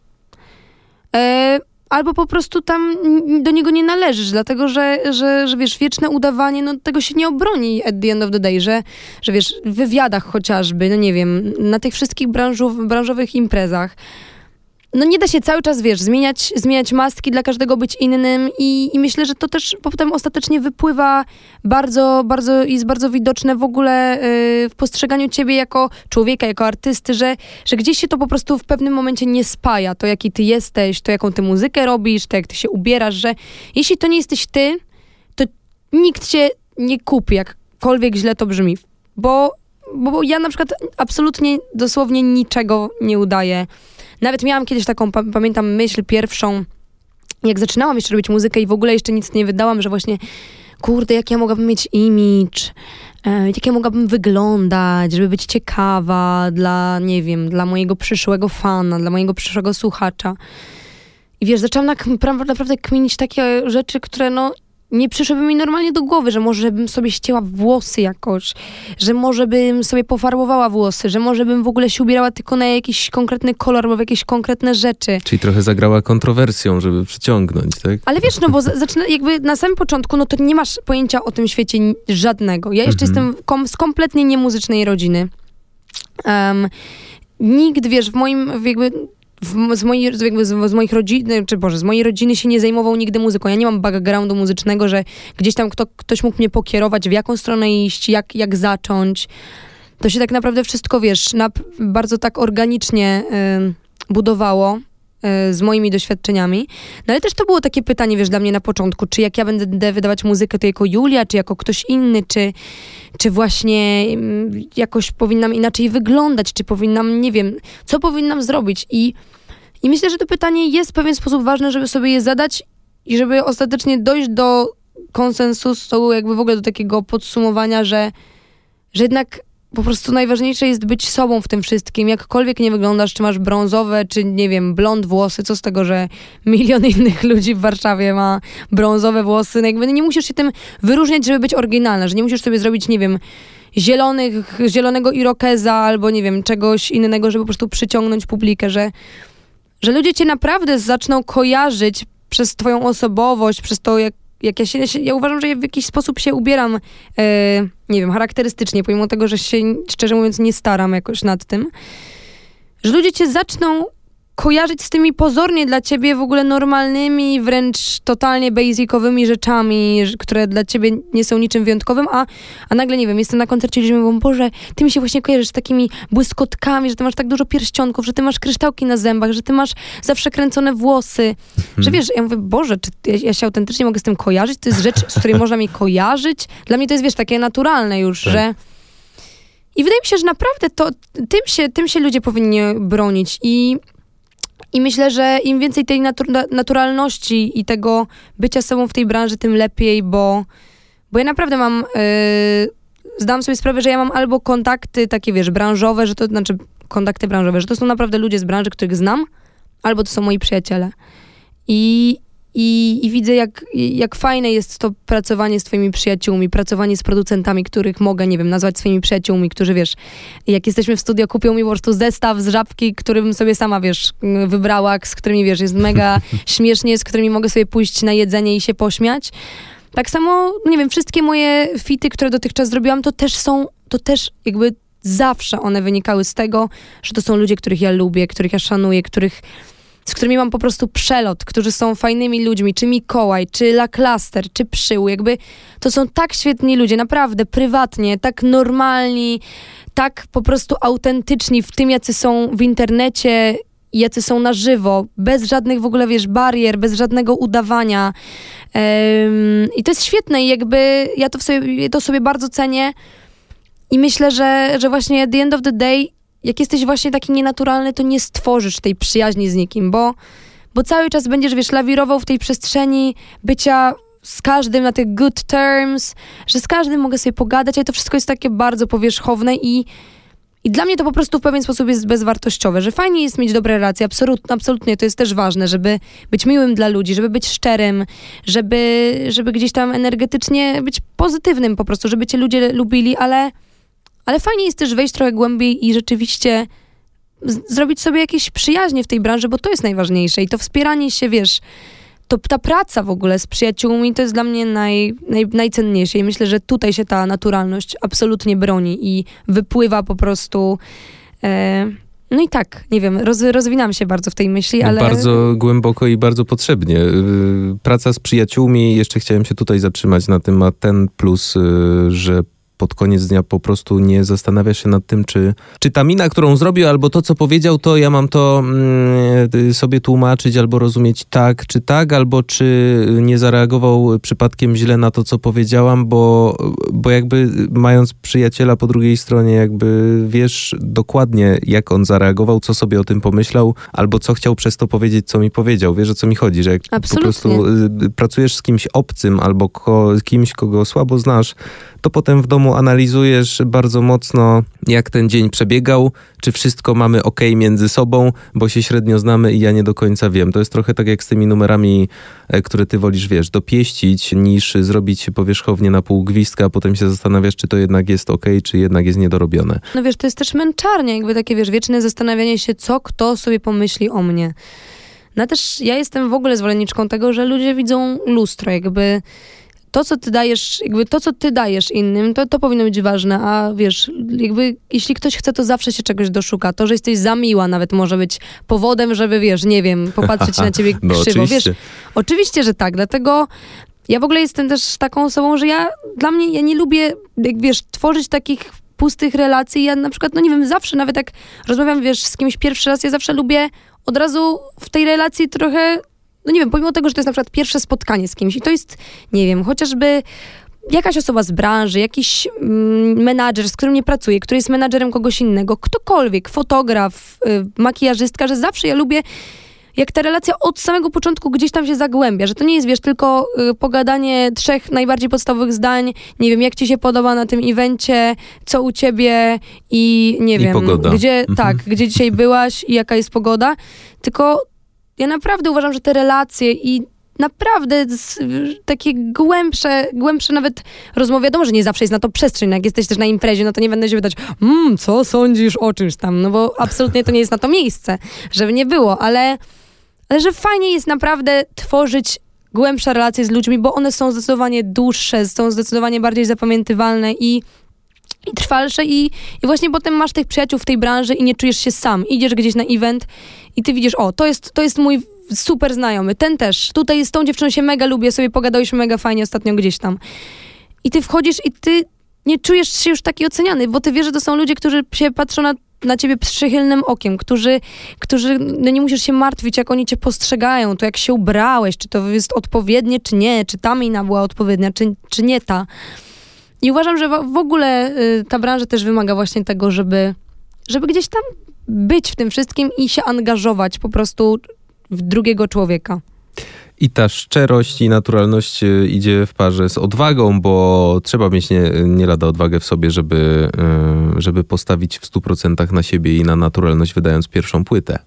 albo po prostu tam do niego nie należysz, dlatego, że wiesz, wieczne udawanie, no tego się nie obroni at the end of the day, że wiesz, w wywiadach chociażby, no nie wiem, na tych wszystkich branżowych imprezach, no nie da się cały czas, wiesz, zmieniać maski, dla każdego być innym i myślę, że to też potem ostatecznie wypływa bardzo, bardzo, jest bardzo widoczne w ogóle w postrzeganiu ciebie jako człowieka, jako artysty, że gdzieś się to po prostu w pewnym momencie nie spaja. To, jaki ty jesteś, to, jaką ty muzykę robisz, to, jak ty się ubierasz, że jeśli to nie jesteś ty, to nikt cię nie kupi, jakkolwiek źle to brzmi. Bo ja na przykład absolutnie, dosłownie niczego nie udaję. Nawet miałam kiedyś taką, pamiętam, myśl pierwszą, jak zaczynałam jeszcze robić muzykę i w ogóle jeszcze nic nie wydałam, że właśnie, kurde, jak ja mogłabym mieć image, jak ja mogłabym wyglądać, żeby być ciekawa dla, nie wiem, dla mojego przyszłego fana, dla mojego przyszłego słuchacza. I wiesz, zaczęłam naprawdę kminić takie rzeczy, które no nie przyszłyby mi normalnie do głowy, że może bym sobie ścięła włosy jakoś, że może bym sobie pofarbowała włosy, że może bym w ogóle się ubierała tylko na jakiś konkretny kolor albo w jakieś konkretne rzeczy. Czyli trochę zagrała kontrowersją, żeby przyciągnąć, tak? Ale wiesz, no bo zaczyna, jakby na samym początku, no to nie masz pojęcia o tym świecie żadnego. Ja jeszcze jestem z kompletnie niemuzycznej rodziny. Nikt, wiesz, z moich rodziny, z mojej rodziny się nie zajmował nigdy muzyką. Ja nie mam backgroundu muzycznego, że gdzieś tam ktoś mógł mnie pokierować, w jaką stronę iść, jak zacząć. To się tak naprawdę wszystko, wiesz, bardzo tak organicznie budowało z moimi doświadczeniami. No ale też to było takie pytanie, wiesz, dla mnie na początku, czy jak ja będę wydawać muzykę, to jako Julia, czy jako ktoś inny, czy właśnie jakoś powinnam inaczej wyglądać, czy powinnam, nie wiem, co powinnam zrobić. I myślę, że to pytanie jest w pewien sposób ważne, żeby sobie je zadać i żeby ostatecznie dojść do konsensusu, jakby w ogóle do takiego podsumowania, że jednak po prostu najważniejsze jest być sobą w tym wszystkim. Jakkolwiek nie wyglądasz, czy masz brązowe, czy nie wiem, blond włosy, co z tego, że milion innych ludzi w Warszawie ma brązowe włosy. No jakby nie musisz się tym wyróżniać, żeby być oryginalna, że nie musisz sobie zrobić, nie wiem, zielonego irokeza albo nie wiem, czegoś innego, żeby po prostu przyciągnąć publikę, że ludzie cię naprawdę zaczną kojarzyć przez twoją osobowość, przez to, jak ja uważam, że ja w jakiś sposób się ubieram, nie wiem, charakterystycznie, pomimo tego, że się, szczerze mówiąc, nie staram jakoś nad tym, że ludzie cię zaczną kojarzyć z tymi pozornie dla ciebie w ogóle normalnymi, wręcz totalnie basicowymi rzeczami, które dla ciebie nie są niczym wyjątkowym, a nagle, nie wiem, jestem na koncercie i ludzie mówią, Boże, ty mi się właśnie kojarzysz z takimi błyskotkami, że ty masz tak dużo pierścionków, że ty masz kryształki na zębach, że ty masz zawsze kręcone włosy. Że wiesz, ja mówię, Boże, czy ja się autentycznie mogę z tym kojarzyć? To jest rzecz, z której można mi kojarzyć? Dla mnie to jest, wiesz, takie naturalne już, tak. Że... I wydaje mi się, że naprawdę to tym się ludzie powinni bronić I myślę, że im więcej tej naturalności i tego bycia sobą w tej branży, tym lepiej, bo ja naprawdę mam, zdałam sobie sprawę, że ja mam albo kontakty takie, wiesz, branżowe, że to znaczy kontakty branżowe, że to są naprawdę ludzie z branży, których znam, albo to są moi przyjaciele. I widzę, jak fajne jest to pracowanie z twoimi przyjaciółmi, pracowanie z producentami, których mogę, nie wiem, nazwać swoimi przyjaciółmi, którzy, wiesz, jak jesteśmy w studio, kupią mi po prostu zestaw z żabki, który bym sobie sama, wiesz, wybrała, z którymi, wiesz, jest mega śmiesznie, z którymi mogę sobie pójść na jedzenie i się pośmiać. Tak samo, nie wiem, wszystkie moje fity, które dotychczas zrobiłam, to też jakby zawsze one wynikały z tego, że to są ludzie, których ja lubię, których ja szanuję, z którymi mam po prostu przelot, którzy są fajnymi ludźmi, czy Mikołaj, czy Laklaster, czy Przył, jakby to są tak świetni ludzie, naprawdę, prywatnie, tak normalni, tak po prostu autentyczni w tym, jacy są w internecie, jacy są na żywo, bez żadnych w ogóle, wiesz, barier, bez żadnego udawania. I to jest świetne i jakby ja to sobie bardzo cenię i myślę, że właśnie at the end of the day jak jesteś właśnie taki nienaturalny, to nie stworzysz tej przyjaźni z nikim, bo cały czas będziesz, wiesz, lawirował w tej przestrzeni bycia z każdym na tych good terms, że z każdym mogę sobie pogadać, ale to wszystko jest takie bardzo powierzchowne i dla mnie to po prostu w pewien sposób jest bezwartościowe, że fajnie jest mieć dobre relacje, absolutnie to jest też ważne, żeby być miłym dla ludzi, żeby być szczerym, żeby gdzieś tam energetycznie być pozytywnym po prostu, żeby cię ludzie lubili, ale fajnie jest też wejść trochę głębiej i rzeczywiście zrobić sobie jakieś przyjaźnie w tej branży, bo to jest najważniejsze i to wspieranie się, wiesz, to ta praca w ogóle z przyjaciółmi to jest dla mnie najcenniejsze i myślę, że tutaj się ta naturalność absolutnie broni i wypływa po prostu No i tak, nie wiem, rozwinam się bardzo w tej myśli, ale... Bardzo głęboko i bardzo potrzebnie. Praca z przyjaciółmi, jeszcze chciałem się tutaj zatrzymać na tym, ma ten plus, że pod koniec dnia po prostu nie zastanawiasz się nad tym, czy ta mina, którą zrobił, albo to, co powiedział, to ja mam to sobie tłumaczyć, albo rozumieć tak, czy tak, albo czy nie zareagował przypadkiem źle na to, co powiedziałam, bo jakby mając przyjaciela po drugiej stronie, jakby wiesz dokładnie, jak on zareagował, co sobie o tym pomyślał, albo co chciał przez to powiedzieć, co mi powiedział. Wiesz, o co mi chodzi, że jak Absolutnie. po prostu pracujesz z kimś obcym, albo kimś, kogo słabo znasz, to potem w domu analizujesz bardzo mocno, jak ten dzień przebiegał, czy wszystko mamy okej między sobą, bo się średnio znamy i ja nie do końca wiem. To jest trochę tak jak z tymi numerami, które ty wolisz, wiesz, dopieścić, niż zrobić powierzchownie na pół gwizdka, a potem się zastanawiasz, czy to jednak jest okej, czy jednak jest niedorobione. No wiesz, to jest też męczarnia, jakby takie, wiesz, wieczne zastanawianie się, co kto sobie pomyśli o mnie. No też ja jestem w ogóle zwolenniczką tego, że ludzie widzą lustro, jakby to, co ty dajesz innym, to powinno być ważne, a wiesz, jakby jeśli ktoś chce, to zawsze się czegoś doszuka. To, że jesteś za miła nawet może być powodem, żeby, wiesz, nie wiem, popatrzeć na ciebie krzywo. Oczywiście. Wiesz, oczywiście, że tak, dlatego ja w ogóle jestem też taką osobą, że ja nie lubię, jak wiesz, tworzyć takich pustych relacji. Ja na przykład, no nie wiem, zawsze, nawet jak rozmawiam, wiesz, z kimś pierwszy raz, ja zawsze lubię od razu w tej relacji trochę, no nie wiem, pomimo tego, że to jest na przykład pierwsze spotkanie z kimś i to jest, nie wiem, chociażby jakaś osoba z branży, jakiś menadżer, z którym nie pracuję, który jest menadżerem kogoś innego, ktokolwiek, fotograf, makijażystka, że zawsze ja lubię, jak ta relacja od samego początku gdzieś tam się zagłębia, że to nie jest, wiesz, tylko pogadanie 3 najbardziej podstawowych zdań, nie wiem, jak ci się podoba na tym evencie, co u ciebie i nie wiem, pogoda. Gdzie dzisiaj byłaś i jaka jest pogoda, tylko ja naprawdę uważam, że te relacje i naprawdę takie głębsze nawet rozmowy, wiadomo, że nie zawsze jest na to przestrzeń, jak jesteś też na imprezie, no to nie będę się pytać, co sądzisz o czymś tam, no bo absolutnie to nie jest na to miejsce, żeby nie było, ale że fajnie jest naprawdę tworzyć głębsze relacje z ludźmi, bo one są zdecydowanie dłuższe, są zdecydowanie bardziej zapamiętywalne i trwalsze i właśnie potem masz tych przyjaciół w tej branży i nie czujesz się sam. Idziesz gdzieś na event i ty widzisz, to jest mój super znajomy, ten też. Tutaj z tą dziewczyną się mega lubię, sobie pogadałyśmy mega fajnie ostatnio gdzieś tam. I ty wchodzisz i ty nie czujesz się już taki oceniany, bo ty wiesz, że to są ludzie, którzy się patrzą na ciebie przychylnym okiem, którzy no nie musisz się martwić, jak oni cię postrzegają, to jak się ubrałeś, czy to jest odpowiednie, czy nie, czy ta mina była odpowiednia, czy nie ta. I uważam, że w ogóle ta branża też wymaga właśnie tego, żeby gdzieś tam być w tym wszystkim i się angażować po prostu w drugiego człowieka. I ta szczerość i naturalność idzie w parze z odwagą, bo trzeba mieć nie lada odwagę w sobie, żeby postawić w 100% na siebie i na naturalność, wydając pierwszą płytę.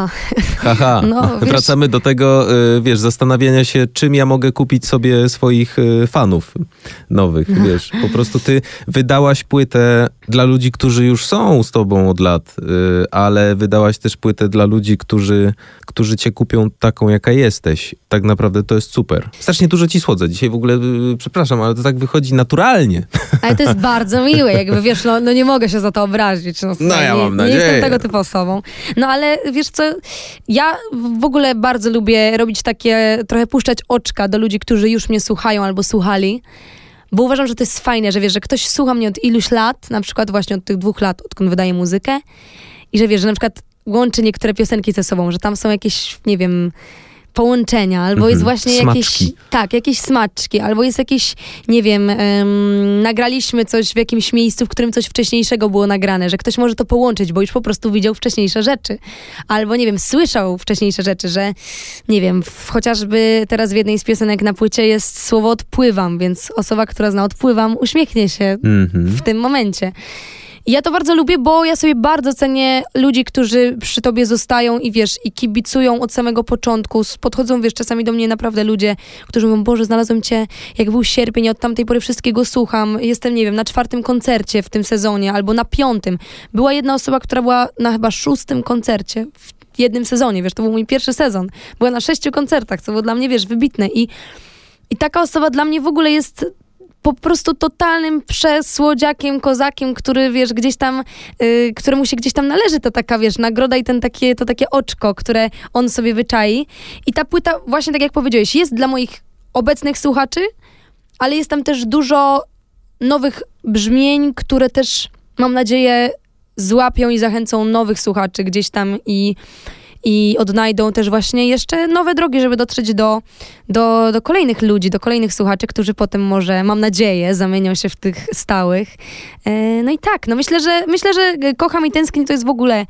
Haha. No, wiesz, wracamy do tego, zastanawiania się, czym ja mogę kupić sobie swoich fanów nowych, wiesz. Po prostu ty wydałaś płytę dla ludzi, którzy już są z tobą od lat, ale wydałaś też płytę dla ludzi, którzy cię kupią taką, jaka jesteś. Tak naprawdę to jest super. Strasznie dużo ci słodzę. Dzisiaj w ogóle, przepraszam, ale to tak wychodzi naturalnie. Ale to jest bardzo miłe, jakby wiesz, no nie mogę się za to obrazić. Ja mam nadzieję. Nie jestem tego typu osobą. No ale wiesz co, ja w ogóle bardzo lubię robić takie, trochę puszczać oczka do ludzi, którzy już mnie słuchają albo słuchali, bo uważam, że to jest fajne, że wiesz, że ktoś słucha mnie od iluś lat, na przykład właśnie od tych 2 lat, odkąd wydaję muzykę i że wiesz, że na przykład łączy niektóre piosenki ze sobą, że tam są jakieś, nie wiem, połączenia, albo jest właśnie jakieś smaczki, albo jest jakieś, nie wiem, nagraliśmy coś w jakimś miejscu, w którym coś wcześniejszego było nagrane, że ktoś może to połączyć, bo już po prostu widział wcześniejsze rzeczy. Albo, nie wiem, słyszał wcześniejsze rzeczy, że, nie wiem, chociażby teraz w jednej z piosenek na płycie jest słowo odpływam, więc osoba, która zna odpływam, uśmiechnie się w tym momencie. I ja to bardzo lubię, bo ja sobie bardzo cenię ludzi, którzy przy tobie zostają i wiesz, i kibicują od samego początku. Podchodzą, wiesz, czasami do mnie naprawdę ludzie, którzy mówią, Boże, znalazłem cię, jak był sierpień, od tamtej pory wszystkiego słucham. Jestem, nie wiem, na 4. koncercie w tym sezonie, albo na 5. Była jedna osoba, która była na chyba 6. koncercie w jednym sezonie, wiesz, to był mój pierwszy sezon. Była na 6 koncertach, co było dla mnie, wiesz, wybitne. I taka osoba dla mnie w ogóle jest po prostu totalnym przesłodziakiem, kozakiem, który, wiesz, gdzieś tam, któremu się gdzieś tam należy ta taka, wiesz, nagroda i to takie oczko, które on sobie wyczai. I ta płyta, właśnie tak jak powiedziałeś, jest dla moich obecnych słuchaczy, ale jest tam też dużo nowych brzmień, które też, mam nadzieję, złapią i zachęcą nowych słuchaczy gdzieś tam i odnajdą też właśnie jeszcze nowe drogi, żeby dotrzeć do kolejnych ludzi, do kolejnych słuchaczy, którzy potem może, mam nadzieję, zamienią się w tych stałych. No i tak, no myślę, że Kocham i tęsknię to jest w ogóle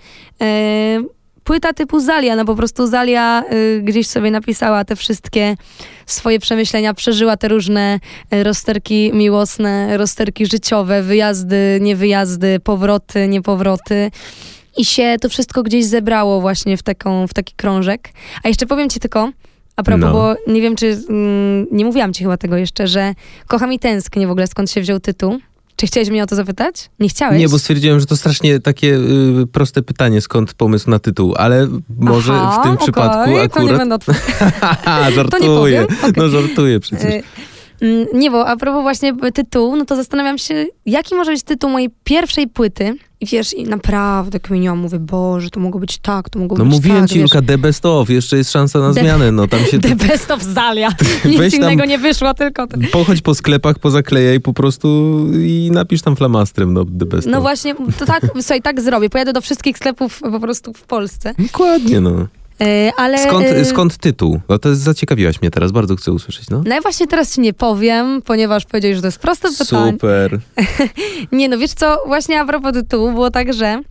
płyta typu Zalia, no po prostu Zalia gdzieś sobie napisała te wszystkie swoje przemyślenia, przeżyła te różne rozterki miłosne, rozterki życiowe, wyjazdy, niewyjazdy, powroty, niepowroty. I się to wszystko gdzieś zebrało właśnie w taki krążek. A jeszcze powiem ci tylko, a propos, bo nie wiem, czy nie mówiłam ci chyba tego jeszcze, że Kocham i tęsknię w ogóle, skąd się wziął tytuł. Czy chciałeś mnie o to zapytać? Nie chciałeś? Nie, bo stwierdziłem, że to strasznie takie proste pytanie, skąd pomysł na tytuł, ale może w tym przypadku akurat... To nie będę żartuję. To nie powiem. Okay. No żartuję przecież. Nie, bo a propos właśnie tytułu, no to zastanawiam się, jaki może być tytuł mojej pierwszej płyty. I wiesz, i naprawdę kminiłam, mówię, Boże, to mogło być tak, to mogło być tak. No mówiłem ci, Julka, The Best Of, jeszcze jest szansa na zmianę, no tam się... The Best Of Zalia. Nic innego nie wyszło, tylko to. Pochodź po sklepach, pozaklejaj po prostu i napisz tam flamastrem, no The Best Of. No właśnie, to tak, słuchaj, tak zrobię. Pojadę do wszystkich sklepów po prostu w Polsce. Dokładnie, no. Ale... Skąd tytuł? No to zaciekawiłaś mnie teraz, bardzo chcę usłyszeć, no. No ja właśnie teraz ci nie powiem, ponieważ powiedziałeś, że to jest proste pytanie. Super. Nie, no wiesz co, właśnie a propos tytułu było tak, że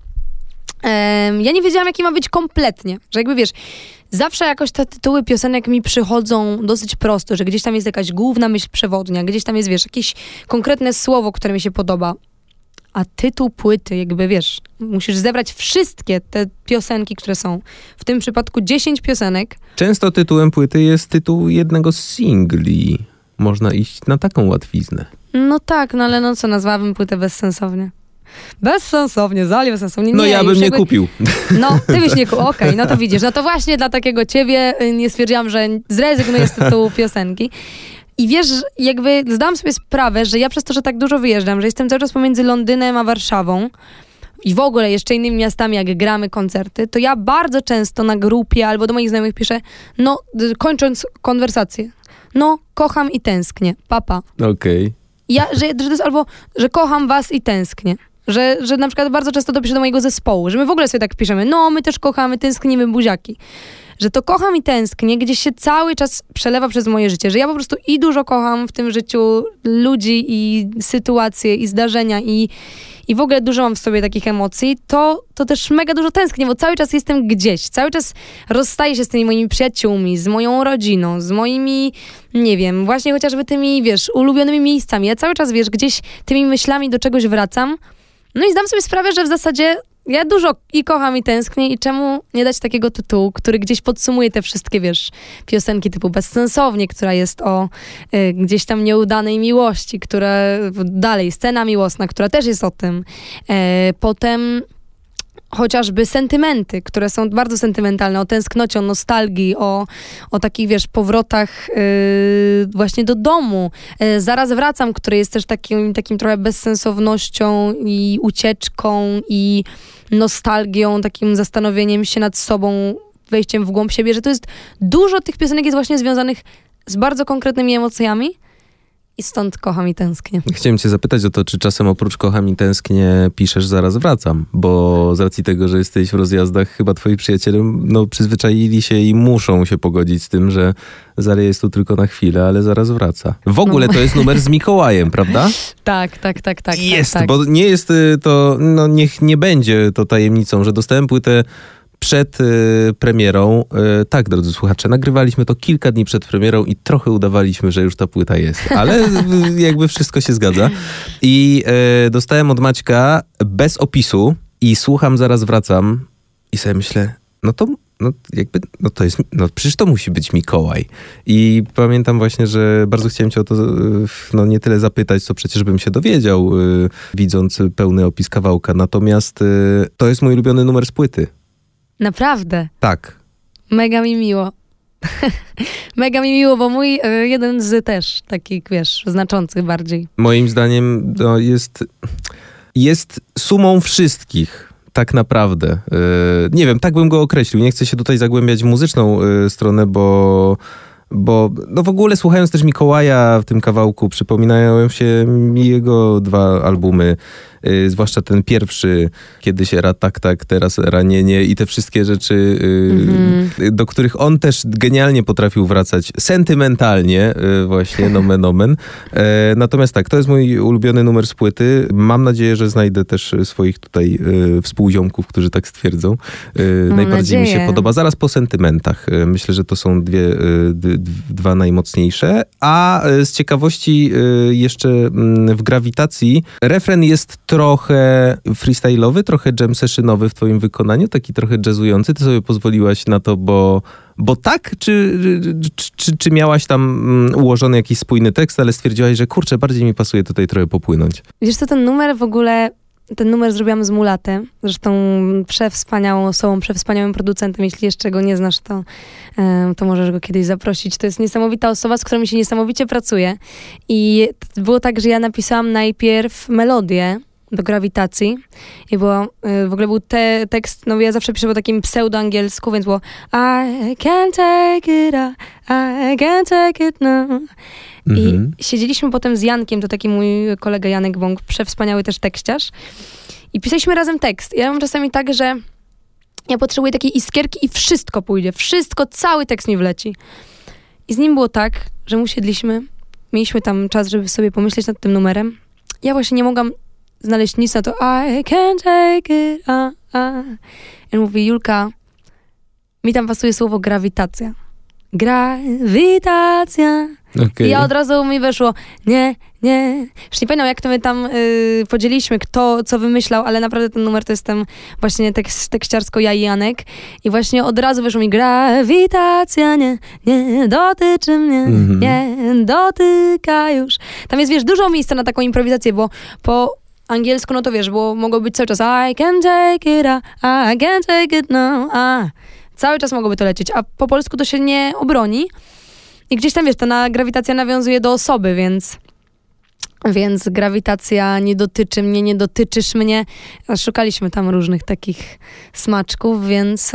ja nie wiedziałam, jaki ma być kompletnie. Że jakby wiesz, zawsze jakoś te tytuły piosenek mi przychodzą dosyć prosto, że gdzieś tam jest jakaś główna myśl przewodnia, gdzieś tam jest, wiesz, jakieś konkretne słowo, które mi się podoba. A tytuł płyty, jakby wiesz, musisz zebrać wszystkie te piosenki, które są. W tym przypadku 10 piosenek. Często tytułem płyty jest tytuł jednego z singli. Można iść na taką łatwiznę. No tak, no ale no co, nazwałabym płytę bezsensownie. Bezsensownie, Zalia bezsensownie. No nie, ja bym nie kupił. No, ty byś nie kupił, okej, no to widzisz. No to właśnie dla takiego ciebie nie stwierdziłam, że zrezygnuję z tytułu piosenki. I wiesz, jakby zdałam sobie sprawę, że ja przez to, że tak dużo wyjeżdżam, że jestem cały czas pomiędzy Londynem a Warszawą i w ogóle jeszcze innymi miastami, jak gramy koncerty, to ja bardzo często na grupie albo do moich znajomych piszę, no, kończąc konwersację, no, kocham i tęsknię, papa. Okej. Że to jest albo, że kocham was i tęsknię. Że na przykład bardzo często to piszę do mojego zespołu, że my w ogóle sobie tak piszemy, no, my też kochamy, tęsknimy, buziaki. Że to kocham i tęsknię, gdzieś się cały czas przelewa przez moje życie, że ja po prostu i dużo kocham w tym życiu ludzi i sytuacje i zdarzenia i w ogóle dużo mam w sobie takich emocji, to też mega dużo tęsknię, bo cały czas jestem gdzieś, cały czas rozstaję się z tymi moimi przyjaciółmi, z moją rodziną, z moimi, nie wiem, właśnie chociażby tymi, wiesz, ulubionymi miejscami. Ja cały czas, wiesz, gdzieś tymi myślami do czegoś wracam. No i zdam sobie sprawę, że w zasadzie ja dużo i kocham i tęsknię i czemu nie dać takiego tytułu, który gdzieś podsumuje te wszystkie, wiesz, piosenki typu Bezsensownie, która jest o gdzieś tam nieudanej miłości, która dalej, scena miłosna, która też jest o tym. Potem chociażby sentymenty, które są bardzo sentymentalne, o tęsknocie, o nostalgii, o takich, wiesz, powrotach właśnie do domu. Zaraz wracam, który jest też takim trochę bezsensownością i ucieczką i nostalgią, takim zastanowieniem się nad sobą, wejściem w głąb siebie, że to jest dużo tych piosenek jest właśnie związanych z bardzo konkretnymi emocjami. I stąd kocham i tęsknię. Chciałem cię zapytać o to, czy czasem oprócz kocham i tęsknię piszesz zaraz wracam, bo z racji tego, że jesteś w rozjazdach, chyba twoi przyjaciele przyzwyczaili się i muszą się pogodzić z tym, że Zalia jest tu tylko na chwilę, ale zaraz wraca. W ogóle to jest numer z Mikołajem, prawda? Tak. Jest, tak. Bo nie jest to, niech nie będzie to tajemnicą, że dostałem płytę przed premierą. Tak, drodzy słuchacze, nagrywaliśmy to kilka dni przed premierą i trochę udawaliśmy, że już ta płyta jest, ale jakby wszystko się zgadza. I dostałem od Maćka bez opisu i słucham, zaraz wracam i sobie myślę, to jest, przecież to musi być Mikołaj. I pamiętam właśnie, że bardzo chciałem cię o to nie tyle zapytać, co przecież bym się dowiedział, widząc pełny opis kawałka. Natomiast to jest mój ulubiony numer z płyty. Naprawdę? Tak. Mega mi miło. Mega mi miło, bo mój jeden z też takich, wiesz, znaczących bardziej. Moim zdaniem to jest sumą wszystkich. Tak naprawdę. Nie wiem, tak bym go określił. Nie chcę się tutaj zagłębiać w muzyczną stronę, bo no w ogóle słuchając też Mikołaja w tym kawałku, przypominają się mi jego 2 albumy, zwłaszcza ten pierwszy, kiedyś era tak, teraz era nie i te wszystkie rzeczy, do których on też genialnie potrafił wracać sentymentalnie, właśnie, nomen omen. Natomiast tak, to jest mój ulubiony numer z płyty. Mam nadzieję, że znajdę też swoich tutaj współziomków, którzy tak stwierdzą. Najbardziej mi się podoba. Zaraz po sentymentach. Myślę, że to są 2 najmocniejsze. A z ciekawości jeszcze w Grawitacji refren jest trochę freestyle'owy, trochę jam sessionowy w twoim wykonaniu, taki trochę jazzujący. Ty sobie pozwoliłaś na to, bo tak? Czy miałaś tam ułożony jakiś spójny tekst, ale stwierdziłaś, że kurczę, bardziej mi pasuje tutaj trochę popłynąć? Wiesz co, ten numer zrobiłam z Mulatem, zresztą przewspaniałą osobą, przewspaniałym producentem. Jeśli jeszcze go nie znasz, to możesz go kiedyś zaprosić. To jest niesamowita osoba, z którą mi się niesamowicie pracuje. I było tak, że ja napisałam najpierw melodię do Grawitacji i w ogóle był tekst, no ja zawsze piszę po takim pseudo-angielsku, więc było I can't take it, I can't take it now. I siedzieliśmy potem z Jankiem, to taki mój kolega Janek Bąk, przewspaniały też tekściarz, i pisaliśmy razem tekst. Ja mam czasami tak, że ja potrzebuję takiej iskierki i wszystko pójdzie, cały tekst mi wleci. I z nim było tak, że mieliśmy tam czas, żeby sobie pomyśleć nad tym numerem. Ja właśnie nie mogłam znaleźć nic na to I can't take it, I mówi, Julka, mi tam pasuje słowo grawitacja. Grawitacja. Okay. I ja od razu mi weszło, nie. Już nie pamiętam, jak to my tam podzieliliśmy, kto co wymyślał, ale naprawdę ten numer to jestem właśnie tekściarsko ja i Janek. I właśnie od razu wyszło mi grawitacja, nie dotyczy mnie, nie dotyka już. Tam jest, wiesz, dużo miejsca na taką improwizację, bo po angielsku, no to wiesz, mogło być cały czas I can't take it, I can't take it now, Cały czas mogłoby to lecieć, a po polsku to się nie obroni. I gdzieś tam, wiesz, ta grawitacja nawiązuje do osoby, więc grawitacja nie dotyczy mnie, nie dotyczysz mnie. Szukaliśmy tam różnych takich smaczków, więc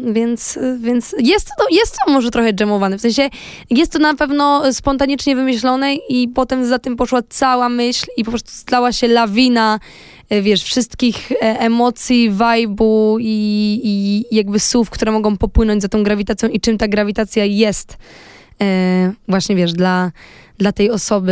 jest to może trochę dżemowane. W sensie jest to na pewno spontanicznie wymyślone i potem za tym poszła cała myśl i po prostu stała się lawina, wiesz, wszystkich emocji, vibe'u i jakby słów, które mogą popłynąć za tą grawitacją i czym ta grawitacja jest. Właśnie, wiesz, dla tej osoby,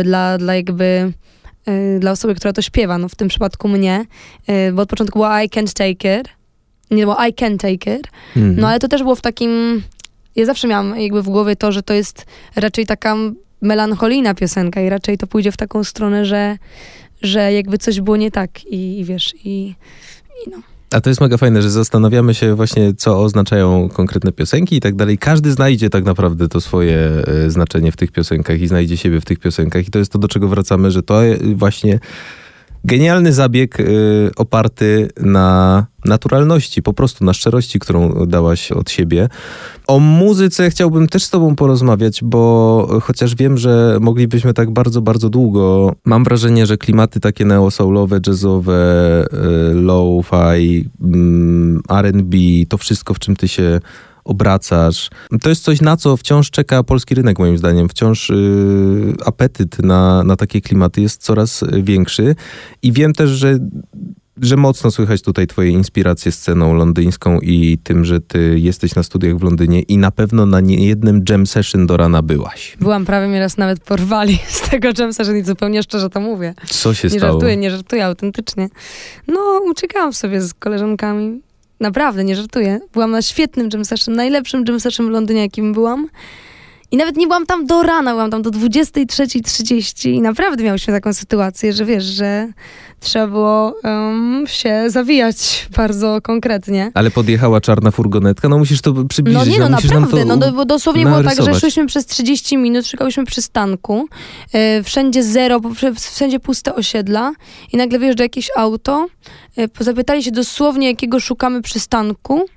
dla osoby, która to śpiewa, no w tym przypadku mnie, bo od początku było I can't take it, nie było I can take it, no ale to też było w takim, ja zawsze miałam jakby w głowie to, że to jest raczej taka melancholijna piosenka i raczej to pójdzie w taką stronę, że jakby coś było nie tak i wiesz, i no. A to jest mega fajne, że zastanawiamy się właśnie, co oznaczają konkretne piosenki i tak dalej. Każdy znajdzie tak naprawdę to swoje znaczenie w tych piosenkach i znajdzie siebie w tych piosenkach. I to jest to, do czego wracamy, że to właśnie genialny zabieg oparty na naturalności, po prostu na szczerości, którą dałaś od siebie. O muzyce chciałbym też z tobą porozmawiać, bo chociaż wiem, że moglibyśmy tak bardzo, bardzo długo, mam wrażenie, że klimaty takie neo-soulowe, jazzowe, lo-fi, R&B, to wszystko, w czym ty się obracasz. To jest coś, na co wciąż czeka polski rynek, moim zdaniem. Wciąż apetyt na takie klimaty jest coraz większy i wiem też, że mocno słychać tutaj twoje inspiracje sceną londyńską i tym, że ty jesteś na studiach w Londynie i na pewno na niejednym jam session do rana byłaś. Byłam, prawie mnie raz nawet porwali z tego jam session i zupełnie szczerze to mówię. Co się stało? Nie żartuję, autentycznie. No, uciekałam sobie z koleżankami. Naprawdę, nie żartuję. Byłam na świetnym jam session, najlepszym jam session w Londynie, jakim byłam. I nawet nie byłam tam do rana, byłam tam do 23:30 i naprawdę miałyśmy taką sytuację, że wiesz, że trzeba było się zawijać bardzo konkretnie. Ale podjechała czarna furgonetka, no musisz to przybliżyć. No nie, no naprawdę, bo dosłownie narysować. było tak, że szliśmy przez 30 minut, szukałyśmy przystanku, wszędzie zero, wszędzie puste osiedla i nagle wjeżdża jakieś auto, zapytali się dosłownie, jakiego szukamy przystanku.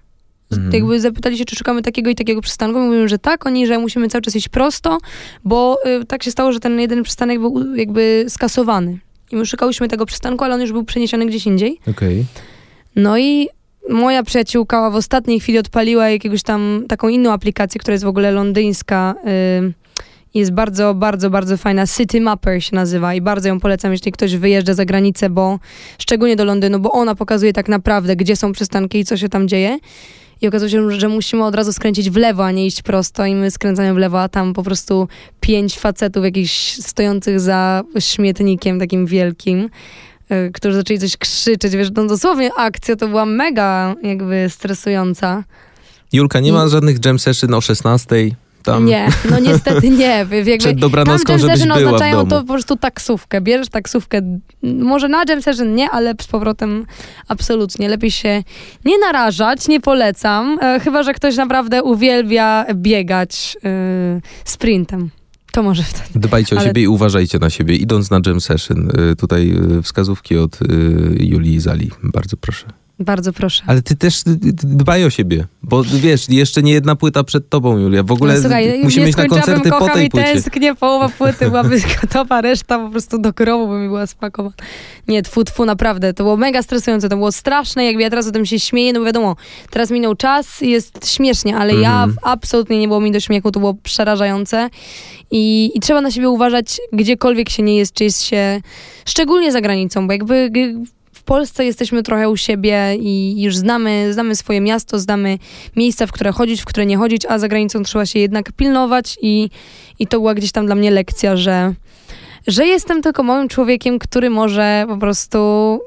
Jakby zapytali się, czy szukamy takiego i takiego przystanku. Mówimy, że tak, oni, że musimy cały czas iść prosto, bo tak się stało, że ten jeden przystanek był jakby skasowany. I my szukałyśmy tego przystanku, ale on już był przeniesiony gdzieś indziej. Okej. No i moja przyjaciółka w ostatniej chwili odpaliła jakiegoś tam taką inną aplikację, która jest w ogóle londyńska. Jest bardzo, bardzo, bardzo fajna. City Mapper się nazywa i bardzo ją polecam, jeśli ktoś wyjeżdża za granicę, bo szczególnie do Londynu, bo ona pokazuje tak naprawdę, gdzie są przystanki i co się tam dzieje. I okazuje się, że musimy od razu skręcić w lewo, a nie iść prosto i my skręcamy w lewo, a tam po prostu 5 facetów jakichś stojących za śmietnikiem takim wielkim, którzy zaczęli coś krzyczeć. Wiesz, no dosłownie akcja to była mega jakby stresująca. Julka, nie ma żadnych jam session o 16:00? Tam. Nie, no niestety nie. Jakby, przed dobranocką, tam jam żebyś session była w oznaczają domu. to po prostu taksówkę. Bierzesz taksówkę, może na jam session nie, ale z powrotem absolutnie. Lepiej się nie narażać, nie polecam. Chyba że ktoś naprawdę uwielbia biegać sprintem. To może wtedy. Dbajcie o siebie i uważajcie na siebie. Idąc na jam session, tutaj wskazówki od Julii i Zali. Bardzo proszę. Bardzo proszę. Ale ty też dbaj o siebie, bo wiesz, jeszcze nie jedna płyta przed tobą, Julia. W ogóle Słuchaj, musimy iść na koncerty po tej i płycie. tęsknię, połowa płyty byłaby gotowa, reszta po prostu do grobu by mi była spakowana. Nie, tfu, naprawdę, to było mega stresujące, to było straszne, jakby ja teraz o tym się śmieję, no bo wiadomo, teraz minął czas, jest śmiesznie, ale ja absolutnie nie było mi do śmiechu, to było przerażające i trzeba na siebie uważać, gdziekolwiek się nie jest, czy jest się, szczególnie za granicą, bo jakby w Polsce jesteśmy trochę u siebie i już znamy swoje miasto, znamy miejsca, w które chodzić, w które nie chodzić, a za granicą trzeba się jednak pilnować i to była gdzieś tam dla mnie lekcja, że jestem tylko małym człowiekiem, który może po prostu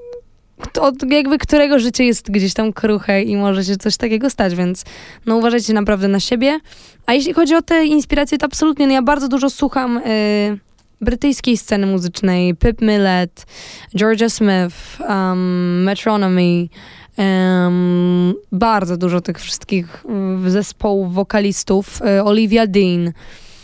jakby którego życie jest gdzieś tam kruche i może się coś takiego stać, więc no uważajcie naprawdę na siebie. A jeśli chodzi o te inspiracje, to absolutnie, no ja bardzo dużo słucham brytyjskiej sceny muzycznej, Pip Millett, Georgia Smith, Metronomy, bardzo dużo tych wszystkich zespołów, wokalistów, Olivia Dean.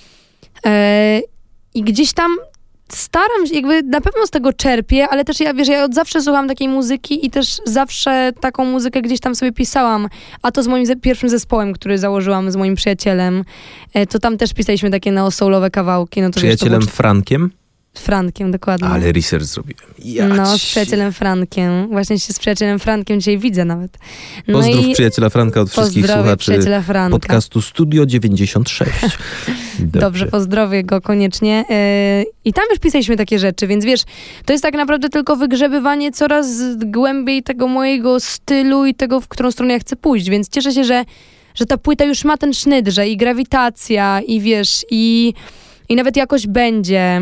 I gdzieś tam staram się, jakby na pewno z tego czerpię, ale też ja od zawsze słucham takiej muzyki i też zawsze taką muzykę gdzieś tam sobie pisałam, a to z moim pierwszym zespołem, który założyłam z moim przyjacielem, to tam też pisaliśmy takie neo-soulowe kawałki. No to Przyjacielem Frankiem? Z Frankiem, dokładnie. Ale research zrobiłem. No, z przyjacielem Frankiem. Właśnie się z przyjacielem Frankiem dzisiaj widzę nawet. No Pozdrów przyjaciela Franka od wszystkich słuchaczy podcastu Studio 96. Dobrze, pozdrowię go koniecznie. I tam już pisaliśmy takie rzeczy, więc wiesz, to jest tak naprawdę tylko wygrzebywanie coraz głębiej tego mojego stylu i tego, w którą stronę ja chcę pójść, więc cieszę się, że ta płyta już ma ten sznyt, że i grawitacja, i wiesz, i nawet jakoś będzie.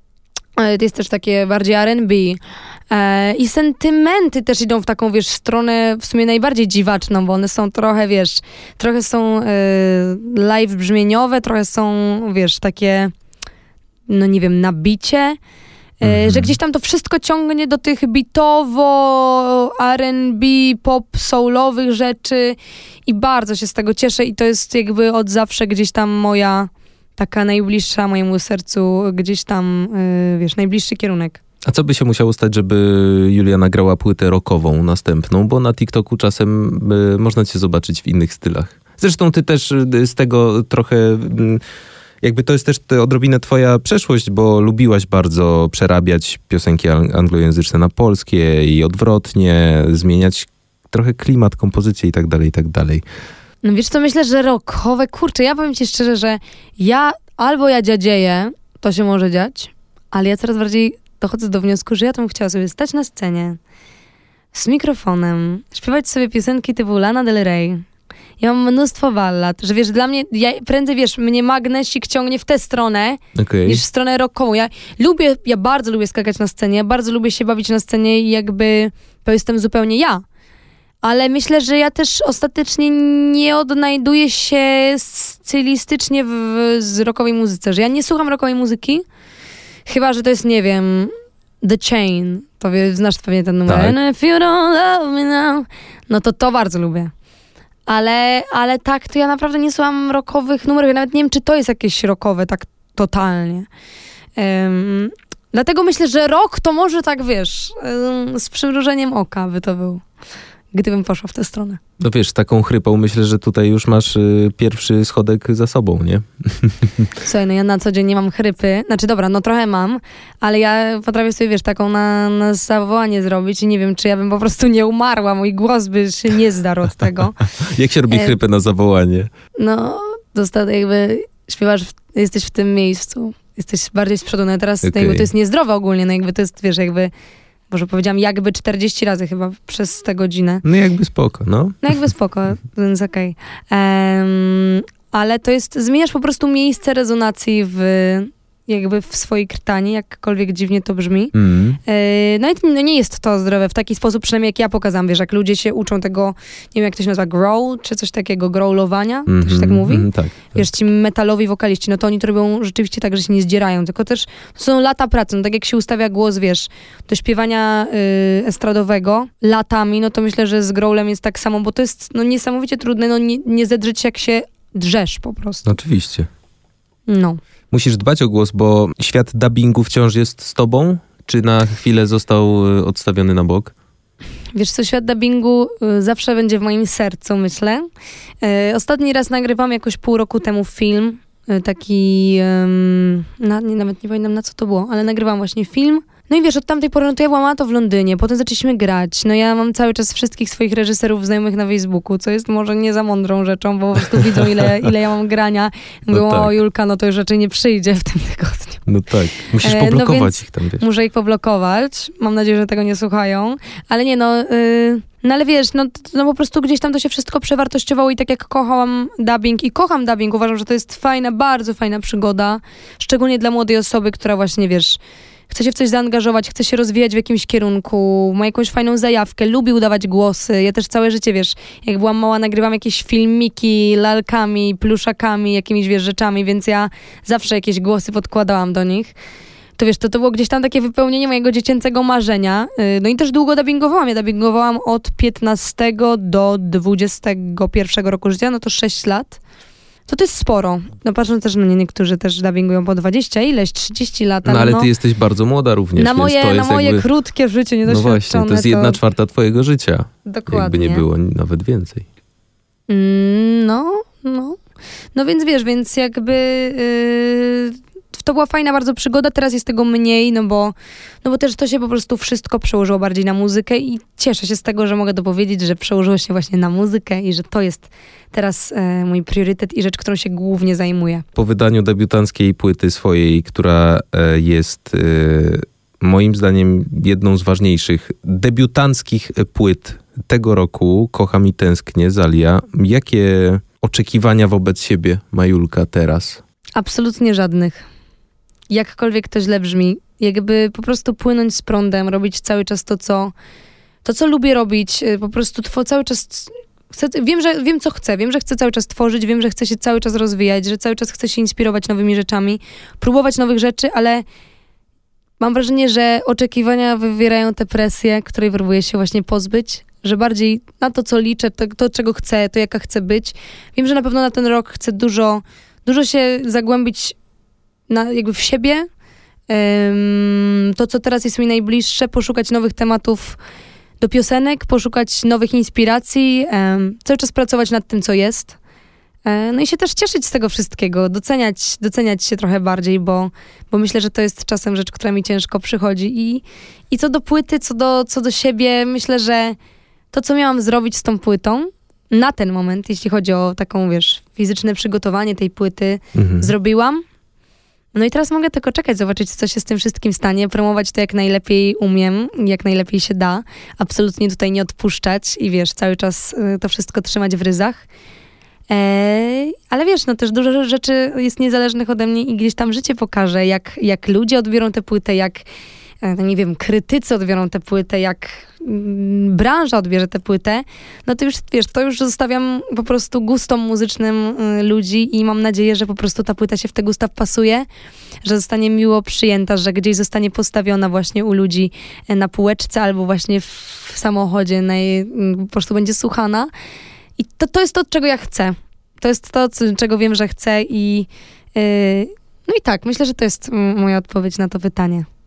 To jest też takie bardziej R&B. I sentymenty też idą w taką, wiesz, stronę w sumie najbardziej dziwaczną, bo one są trochę, wiesz, trochę są live brzmieniowe, trochę są, wiesz, takie, no nie wiem, nabicie, że gdzieś tam to wszystko ciągnie do tych beatowo, R&B, pop, soulowych rzeczy i bardzo się z tego cieszę i to jest jakby od zawsze gdzieś tam moja taka najbliższa mojemu sercu, gdzieś tam, wiesz, najbliższy kierunek. A co by się musiało stać, żeby Julia nagrała płytę rockową następną? Bo na TikToku czasem można cię zobaczyć w innych stylach. Zresztą ty też z tego trochę, jakby to jest też odrobinę twoja przeszłość, bo lubiłaś bardzo przerabiać piosenki anglojęzyczne na polskie i odwrotnie, zmieniać trochę klimat, kompozycję i tak dalej, i tak dalej. No wiesz co, myślę, że rockowe, kurczę, ja powiem ci szczerze, że albo ja dziadzieję, to się może dziać, ale ja coraz bardziej dochodzę do wniosku, że ja tam chciała sobie stać na scenie z mikrofonem, śpiewać sobie piosenki typu Lana Del Rey. Ja mam mnóstwo ballad, że wiesz, dla mnie, prędzej wiesz, mnie magnesik ciągnie w tę stronę, niż w stronę rockową. Ja bardzo lubię skakać na scenie, ja bardzo lubię się bawić na scenie i jakby to jestem zupełnie ja. Ale myślę, że ja też ostatecznie nie odnajduję się stylistycznie z rockowej muzyce, że ja nie słucham rockowej muzyki, chyba, że to jest, nie wiem, The Chain, znasz pewnie ten numer. Tak. And if you don't love me now, no to bardzo lubię. Ale tak, to ja naprawdę nie słucham rockowych numerów, ja nawet nie wiem, czy to jest jakieś rockowe, tak totalnie. Dlatego myślę, że rock to może tak, wiesz, z przymrużeniem oka by to był. gdybym poszła w tę stronę. No wiesz, taką chrypą myślę, że tutaj już masz pierwszy schodek za sobą, nie? Słuchaj, no ja na co dzień nie mam chrypy. Znaczy dobra, no trochę mam, ale ja potrafię sobie, wiesz, taką na zawołanie zrobić i nie wiem, czy ja bym po prostu nie umarła. Mój głos by się nie zdarł od tego. Jak się robi chrypę na zawołanie? No, jakby śpiewasz, jesteś w tym miejscu. Jesteś bardziej z przodu. No teraz jakby to jest niezdrowe ogólnie, no jakby to jest, wiesz, jakby... Boże, powiedziałam jakby 40 razy chyba przez tę godzinę. No jakby spoko, no. No jakby spoko, więc okej. Ale to jest, zmieniasz po prostu miejsce rezonacji jakby w swojej krtani, jakkolwiek dziwnie to brzmi. No i nie jest to zdrowe w taki sposób, przynajmniej jak ja pokazam, wiesz, jak ludzie się uczą tego, nie wiem jak to się nazywa, growl, czy coś takiego, growlowania, to się tak mówi? Tak. Wiesz, ci metalowi wokaliści, no to oni to robią rzeczywiście tak, że się nie zdzierają, tylko też to są lata pracy, no tak jak się ustawia głos, wiesz, do śpiewania estradowego latami, no to myślę, że z growlem jest tak samo, bo to jest no niesamowicie trudne, no nie zedrzeć się jak się drzesz po prostu. Oczywiście. No. Musisz dbać o głos, bo świat dubbingu wciąż jest z tobą? Czy na chwilę został odstawiony na bok? Wiesz co, świat dubbingu zawsze będzie w moim sercu, myślę. Ostatni raz nagrywam jakoś pół roku temu film, taki, nawet nie pamiętam na co to było, ale nagrywam właśnie film. No i wiesz, od tamtej pory, no to ja byłam to w Londynie, potem zaczęliśmy grać. No ja mam cały czas wszystkich swoich reżyserów znajomych na Facebooku, co jest może nie za mądrą rzeczą, bo po prostu widzą, ile ja mam grania. Mówią, tak. O Julka, no to już raczej nie przyjdzie w tym tygodniu. No tak, musisz poblokować ich tam, wiesz. Muszę ich poblokować. Mam nadzieję, że tego nie słuchają. Ale nie, no ale wiesz, no po prostu gdzieś tam to się wszystko przewartościowało i tak jak kocham dubbing i kocham dubbing, uważam, że to jest fajna, bardzo fajna przygoda. Szczególnie dla młodej osoby, która właśnie, wiesz, chce się w coś zaangażować, chce się rozwijać w jakimś kierunku, ma jakąś fajną zajawkę, lubi udawać głosy. Ja też całe życie, wiesz, jak byłam mała, nagrywam jakieś filmiki, lalkami, pluszakami, jakimiś, wiesz, rzeczami, więc ja zawsze jakieś głosy podkładałam do nich. To wiesz, to było gdzieś tam takie wypełnienie mojego dziecięcego marzenia. No i też długo dubbingowałam. Ja dubbingowałam od 15 do 21 roku życia, no to 6 lat. To jest sporo. No patrząc też, niektórzy też dubbingują po 20 ileś, 30 lat. No ale ty jesteś bardzo młoda również. Na moje krótkie życie, niedoświadczone. No właśnie, to jest 1/4 twojego życia. Dokładnie. Jakby nie było, nawet więcej. No więc wiesz, więc jakby to była fajna bardzo przygoda, teraz jest tego mniej, no bo też to się po prostu wszystko przełożyło bardziej na muzykę i cieszę się z tego, że mogę dopowiedzieć, że przełożyło się właśnie na muzykę i że to jest teraz mój priorytet i rzecz, którą się głównie zajmuję. Po wydaniu debiutanckiej płyty swojej, która jest moim zdaniem jedną z ważniejszych debiutanckich płyt tego roku, Kocham i tęsknię, Zalia. Jakie oczekiwania wobec siebie ma Julka teraz? Absolutnie żadnych. Jakkolwiek to źle brzmi. Jakby po prostu płynąć z prądem, robić cały czas to, co lubię robić. Po prostu cały czas... Wiem, co chcę. Wiem, że chcę cały czas tworzyć. Wiem, że chcę się cały czas rozwijać, że cały czas chcę się inspirować nowymi rzeczami, próbować nowych rzeczy, ale mam wrażenie, że oczekiwania wywierają tę presję, której próbuję się właśnie pozbyć, że bardziej na to, co liczę, to czego chcę, to jaka chcę być. Wiem, że na pewno na ten rok chcę dużo się zagłębić jakby w siebie. To, co teraz jest mi najbliższe, poszukać nowych tematów do piosenek, poszukać nowych inspiracji, cały czas pracować nad tym, co jest. No i się też cieszyć z tego wszystkiego, doceniać się trochę bardziej, bo myślę, że to jest czasem rzecz, która mi ciężko przychodzi. I co do płyty, co do siebie, myślę, że to, co miałam zrobić z tą płytą, na ten moment, jeśli chodzi o taką, wiesz, fizyczne przygotowanie tej płyty, zrobiłam. No i teraz mogę tylko czekać, zobaczyć, co się z tym wszystkim stanie, promować to jak najlepiej umiem, jak najlepiej się da. Absolutnie tutaj nie odpuszczać i wiesz, cały czas to wszystko trzymać w ryzach. Ale wiesz, no też dużo rzeczy jest niezależnych ode mnie i gdzieś tam życie pokaże, jak ludzie odbiorą tę płytę, jak nie wiem, krytycy odbiorą tę płytę, jak branża odbierze tę płytę, no to już, wiesz, to już zostawiam po prostu gustom muzycznym ludzi i mam nadzieję, że po prostu ta płyta się w te gusta wpasuje, że zostanie miło przyjęta, że gdzieś zostanie postawiona właśnie u ludzi na półeczce albo właśnie w samochodzie, po prostu będzie słuchana. I to jest to, czego ja chcę. To jest to, czego wiem, że chcę no i tak, myślę, że to jest moja odpowiedź na to pytanie.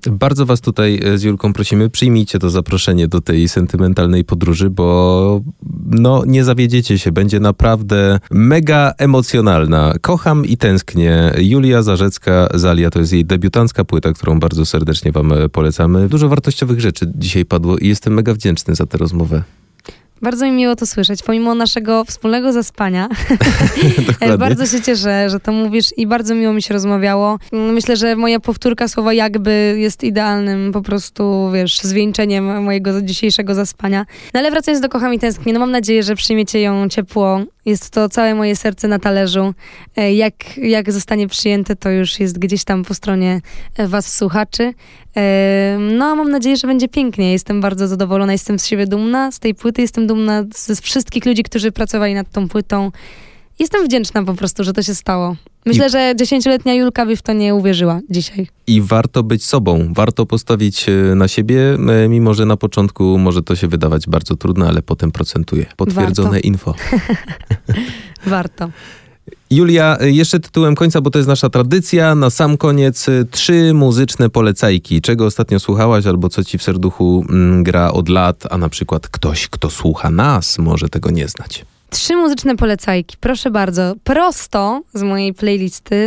Bardzo was tutaj z Julką prosimy, przyjmijcie to zaproszenie do tej sentymentalnej podróży, bo nie zawiedziecie się, będzie naprawdę mega emocjonalna. Kocham i tęsknię. Julia Zarzecka, Zalia, to jest jej debiutancka płyta, którą bardzo serdecznie wam polecamy. Dużo wartościowych rzeczy dzisiaj padło i jestem mega wdzięczny za tę rozmowę. Bardzo mi miło to słyszeć, pomimo naszego wspólnego zaspania. Bardzo się cieszę, że to mówisz i bardzo miło mi się rozmawiało. Myślę, że moja powtórka słowa jakby jest idealnym po prostu, zwieńczeniem mojego dzisiejszego zaspania. No ale wracając do Kocham i tęsknię, mam nadzieję, że przyjmiecie ją ciepło. Jest to całe moje serce na talerzu. Jak zostanie przyjęte, to już jest gdzieś tam po stronie was słuchaczy. Mam nadzieję, że będzie pięknie. Jestem bardzo zadowolona, jestem z siebie dumna, z tej płyty, jestem dumna ze wszystkich ludzi, którzy pracowali nad tą płytą. Jestem wdzięczna po prostu, że to się stało. Myślę, że 10-letnia Julka by w to nie uwierzyła dzisiaj. I warto być sobą, warto postawić na siebie, mimo że na początku może to się wydawać bardzo trudne, ale potem procentuje. Potwierdzone info. Warto. Julia, jeszcze tytułem końca, bo to jest nasza tradycja, na sam koniec 3 muzyczne polecajki. Czego ostatnio słuchałaś albo co ci w serduchu gra od lat, a na przykład ktoś, kto słucha nas, może tego nie znać. 3 muzyczne polecajki, proszę bardzo. Prosto z mojej playlisty.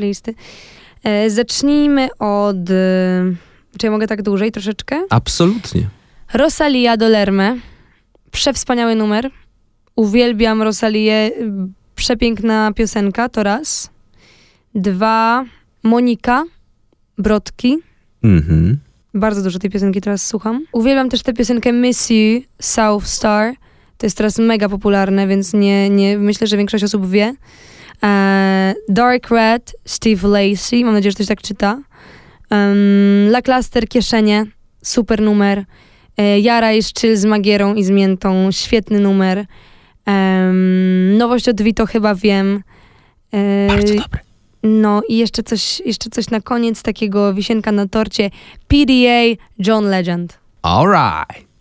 Zacznijmy od... Czy ja mogę tak dłużej troszeczkę? Absolutnie. Rosalia Dolerme. Przewspaniały numer. Uwielbiam Rosalię. Przepiękna piosenka, to raz. 2. Monika Brodki. Bardzo dużo tej piosenki teraz słucham. Uwielbiam też tę piosenkę Miss You, South Star. To jest teraz mega popularne, więc nie myślę, że większość osób wie. Dark Red, Steve Lacy. Mam nadzieję, że to się tak czyta. Lackluster, Kieszenie. Super numer. Jara i Szczyl z Magierą i z Miętą. Świetny numer. Nowość od Vito chyba wiem. Bardzo dobry. No i jeszcze coś na koniec, takiego wisienka na torcie. PDA, John Legend. Alright.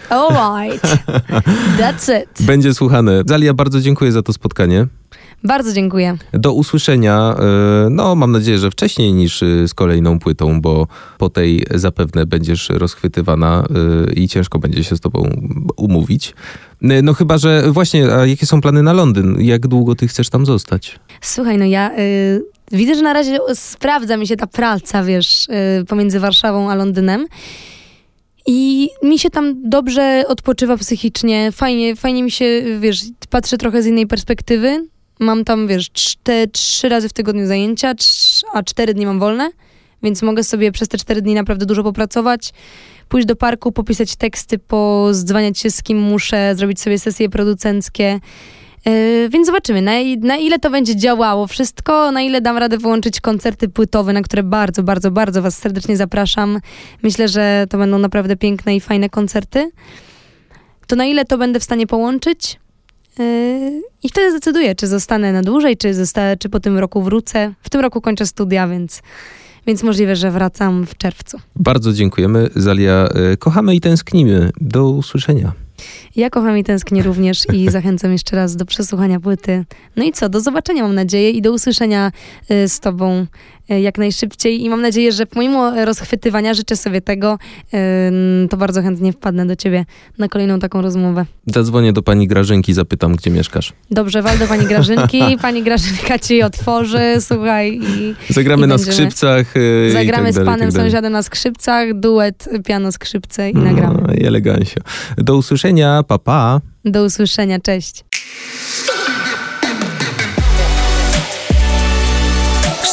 That's it. Będzie słuchane. Zalia, bardzo dziękuję za to spotkanie. Bardzo dziękuję. Do usłyszenia, mam nadzieję, że wcześniej niż z kolejną płytą, bo po tej zapewne będziesz rozchwytywana i ciężko będzie się z tobą umówić. No chyba, że właśnie, a jakie są plany na Londyn? Jak długo ty chcesz tam zostać? Słuchaj, ja widzę, że na razie sprawdza mi się ta praca, pomiędzy Warszawą a Londynem. I mi się tam dobrze odpoczywa psychicznie. Fajnie mi się, patrzę trochę z innej perspektywy. Mam tam, 3 razy w tygodniu zajęcia, a 4 dni mam wolne, więc mogę sobie przez te 4 dni naprawdę dużo popracować, pójść do parku, popisać teksty, pozdzwaniać się z kim muszę, zrobić sobie sesje producenckie. Więc zobaczymy, na ile to będzie działało wszystko, na ile dam radę wyłączyć koncerty płytowe, na które bardzo, bardzo, bardzo was serdecznie zapraszam. Myślę, że to będą naprawdę piękne i fajne koncerty. To na ile to będę w stanie połączyć i wtedy zdecyduję, czy zostanę na dłużej, czy po tym roku wrócę. W tym roku kończę studia, więc możliwe, że wracam w czerwcu. Bardzo dziękujemy, Zalia. Kochamy i tęsknimy. Do usłyszenia. Ja kocham i tęsknię również i zachęcam jeszcze raz do przesłuchania płyty. No i co, do zobaczenia mam nadzieję i do usłyszenia z tobą jak najszybciej i mam nadzieję, że pomimo rozchwytywania życzę sobie tego, to bardzo chętnie wpadnę do ciebie na kolejną taką rozmowę. Zadzwonię do pani Grażynki, zapytam, gdzie mieszkasz. Dobrze, wal do pani Grażynki, pani Grażynka ci otworzy, słuchaj i zagramy i na skrzypcach. Zagramy i tak z panem dalej. sąsiadem na skrzypcach, duet, piano, skrzypce i nagramy. I elegancio. Do usłyszenia, pa pa. Do usłyszenia, cześć.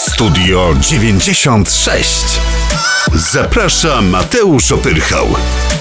Studio 96. Zaprasza Mateusz Opyrchał.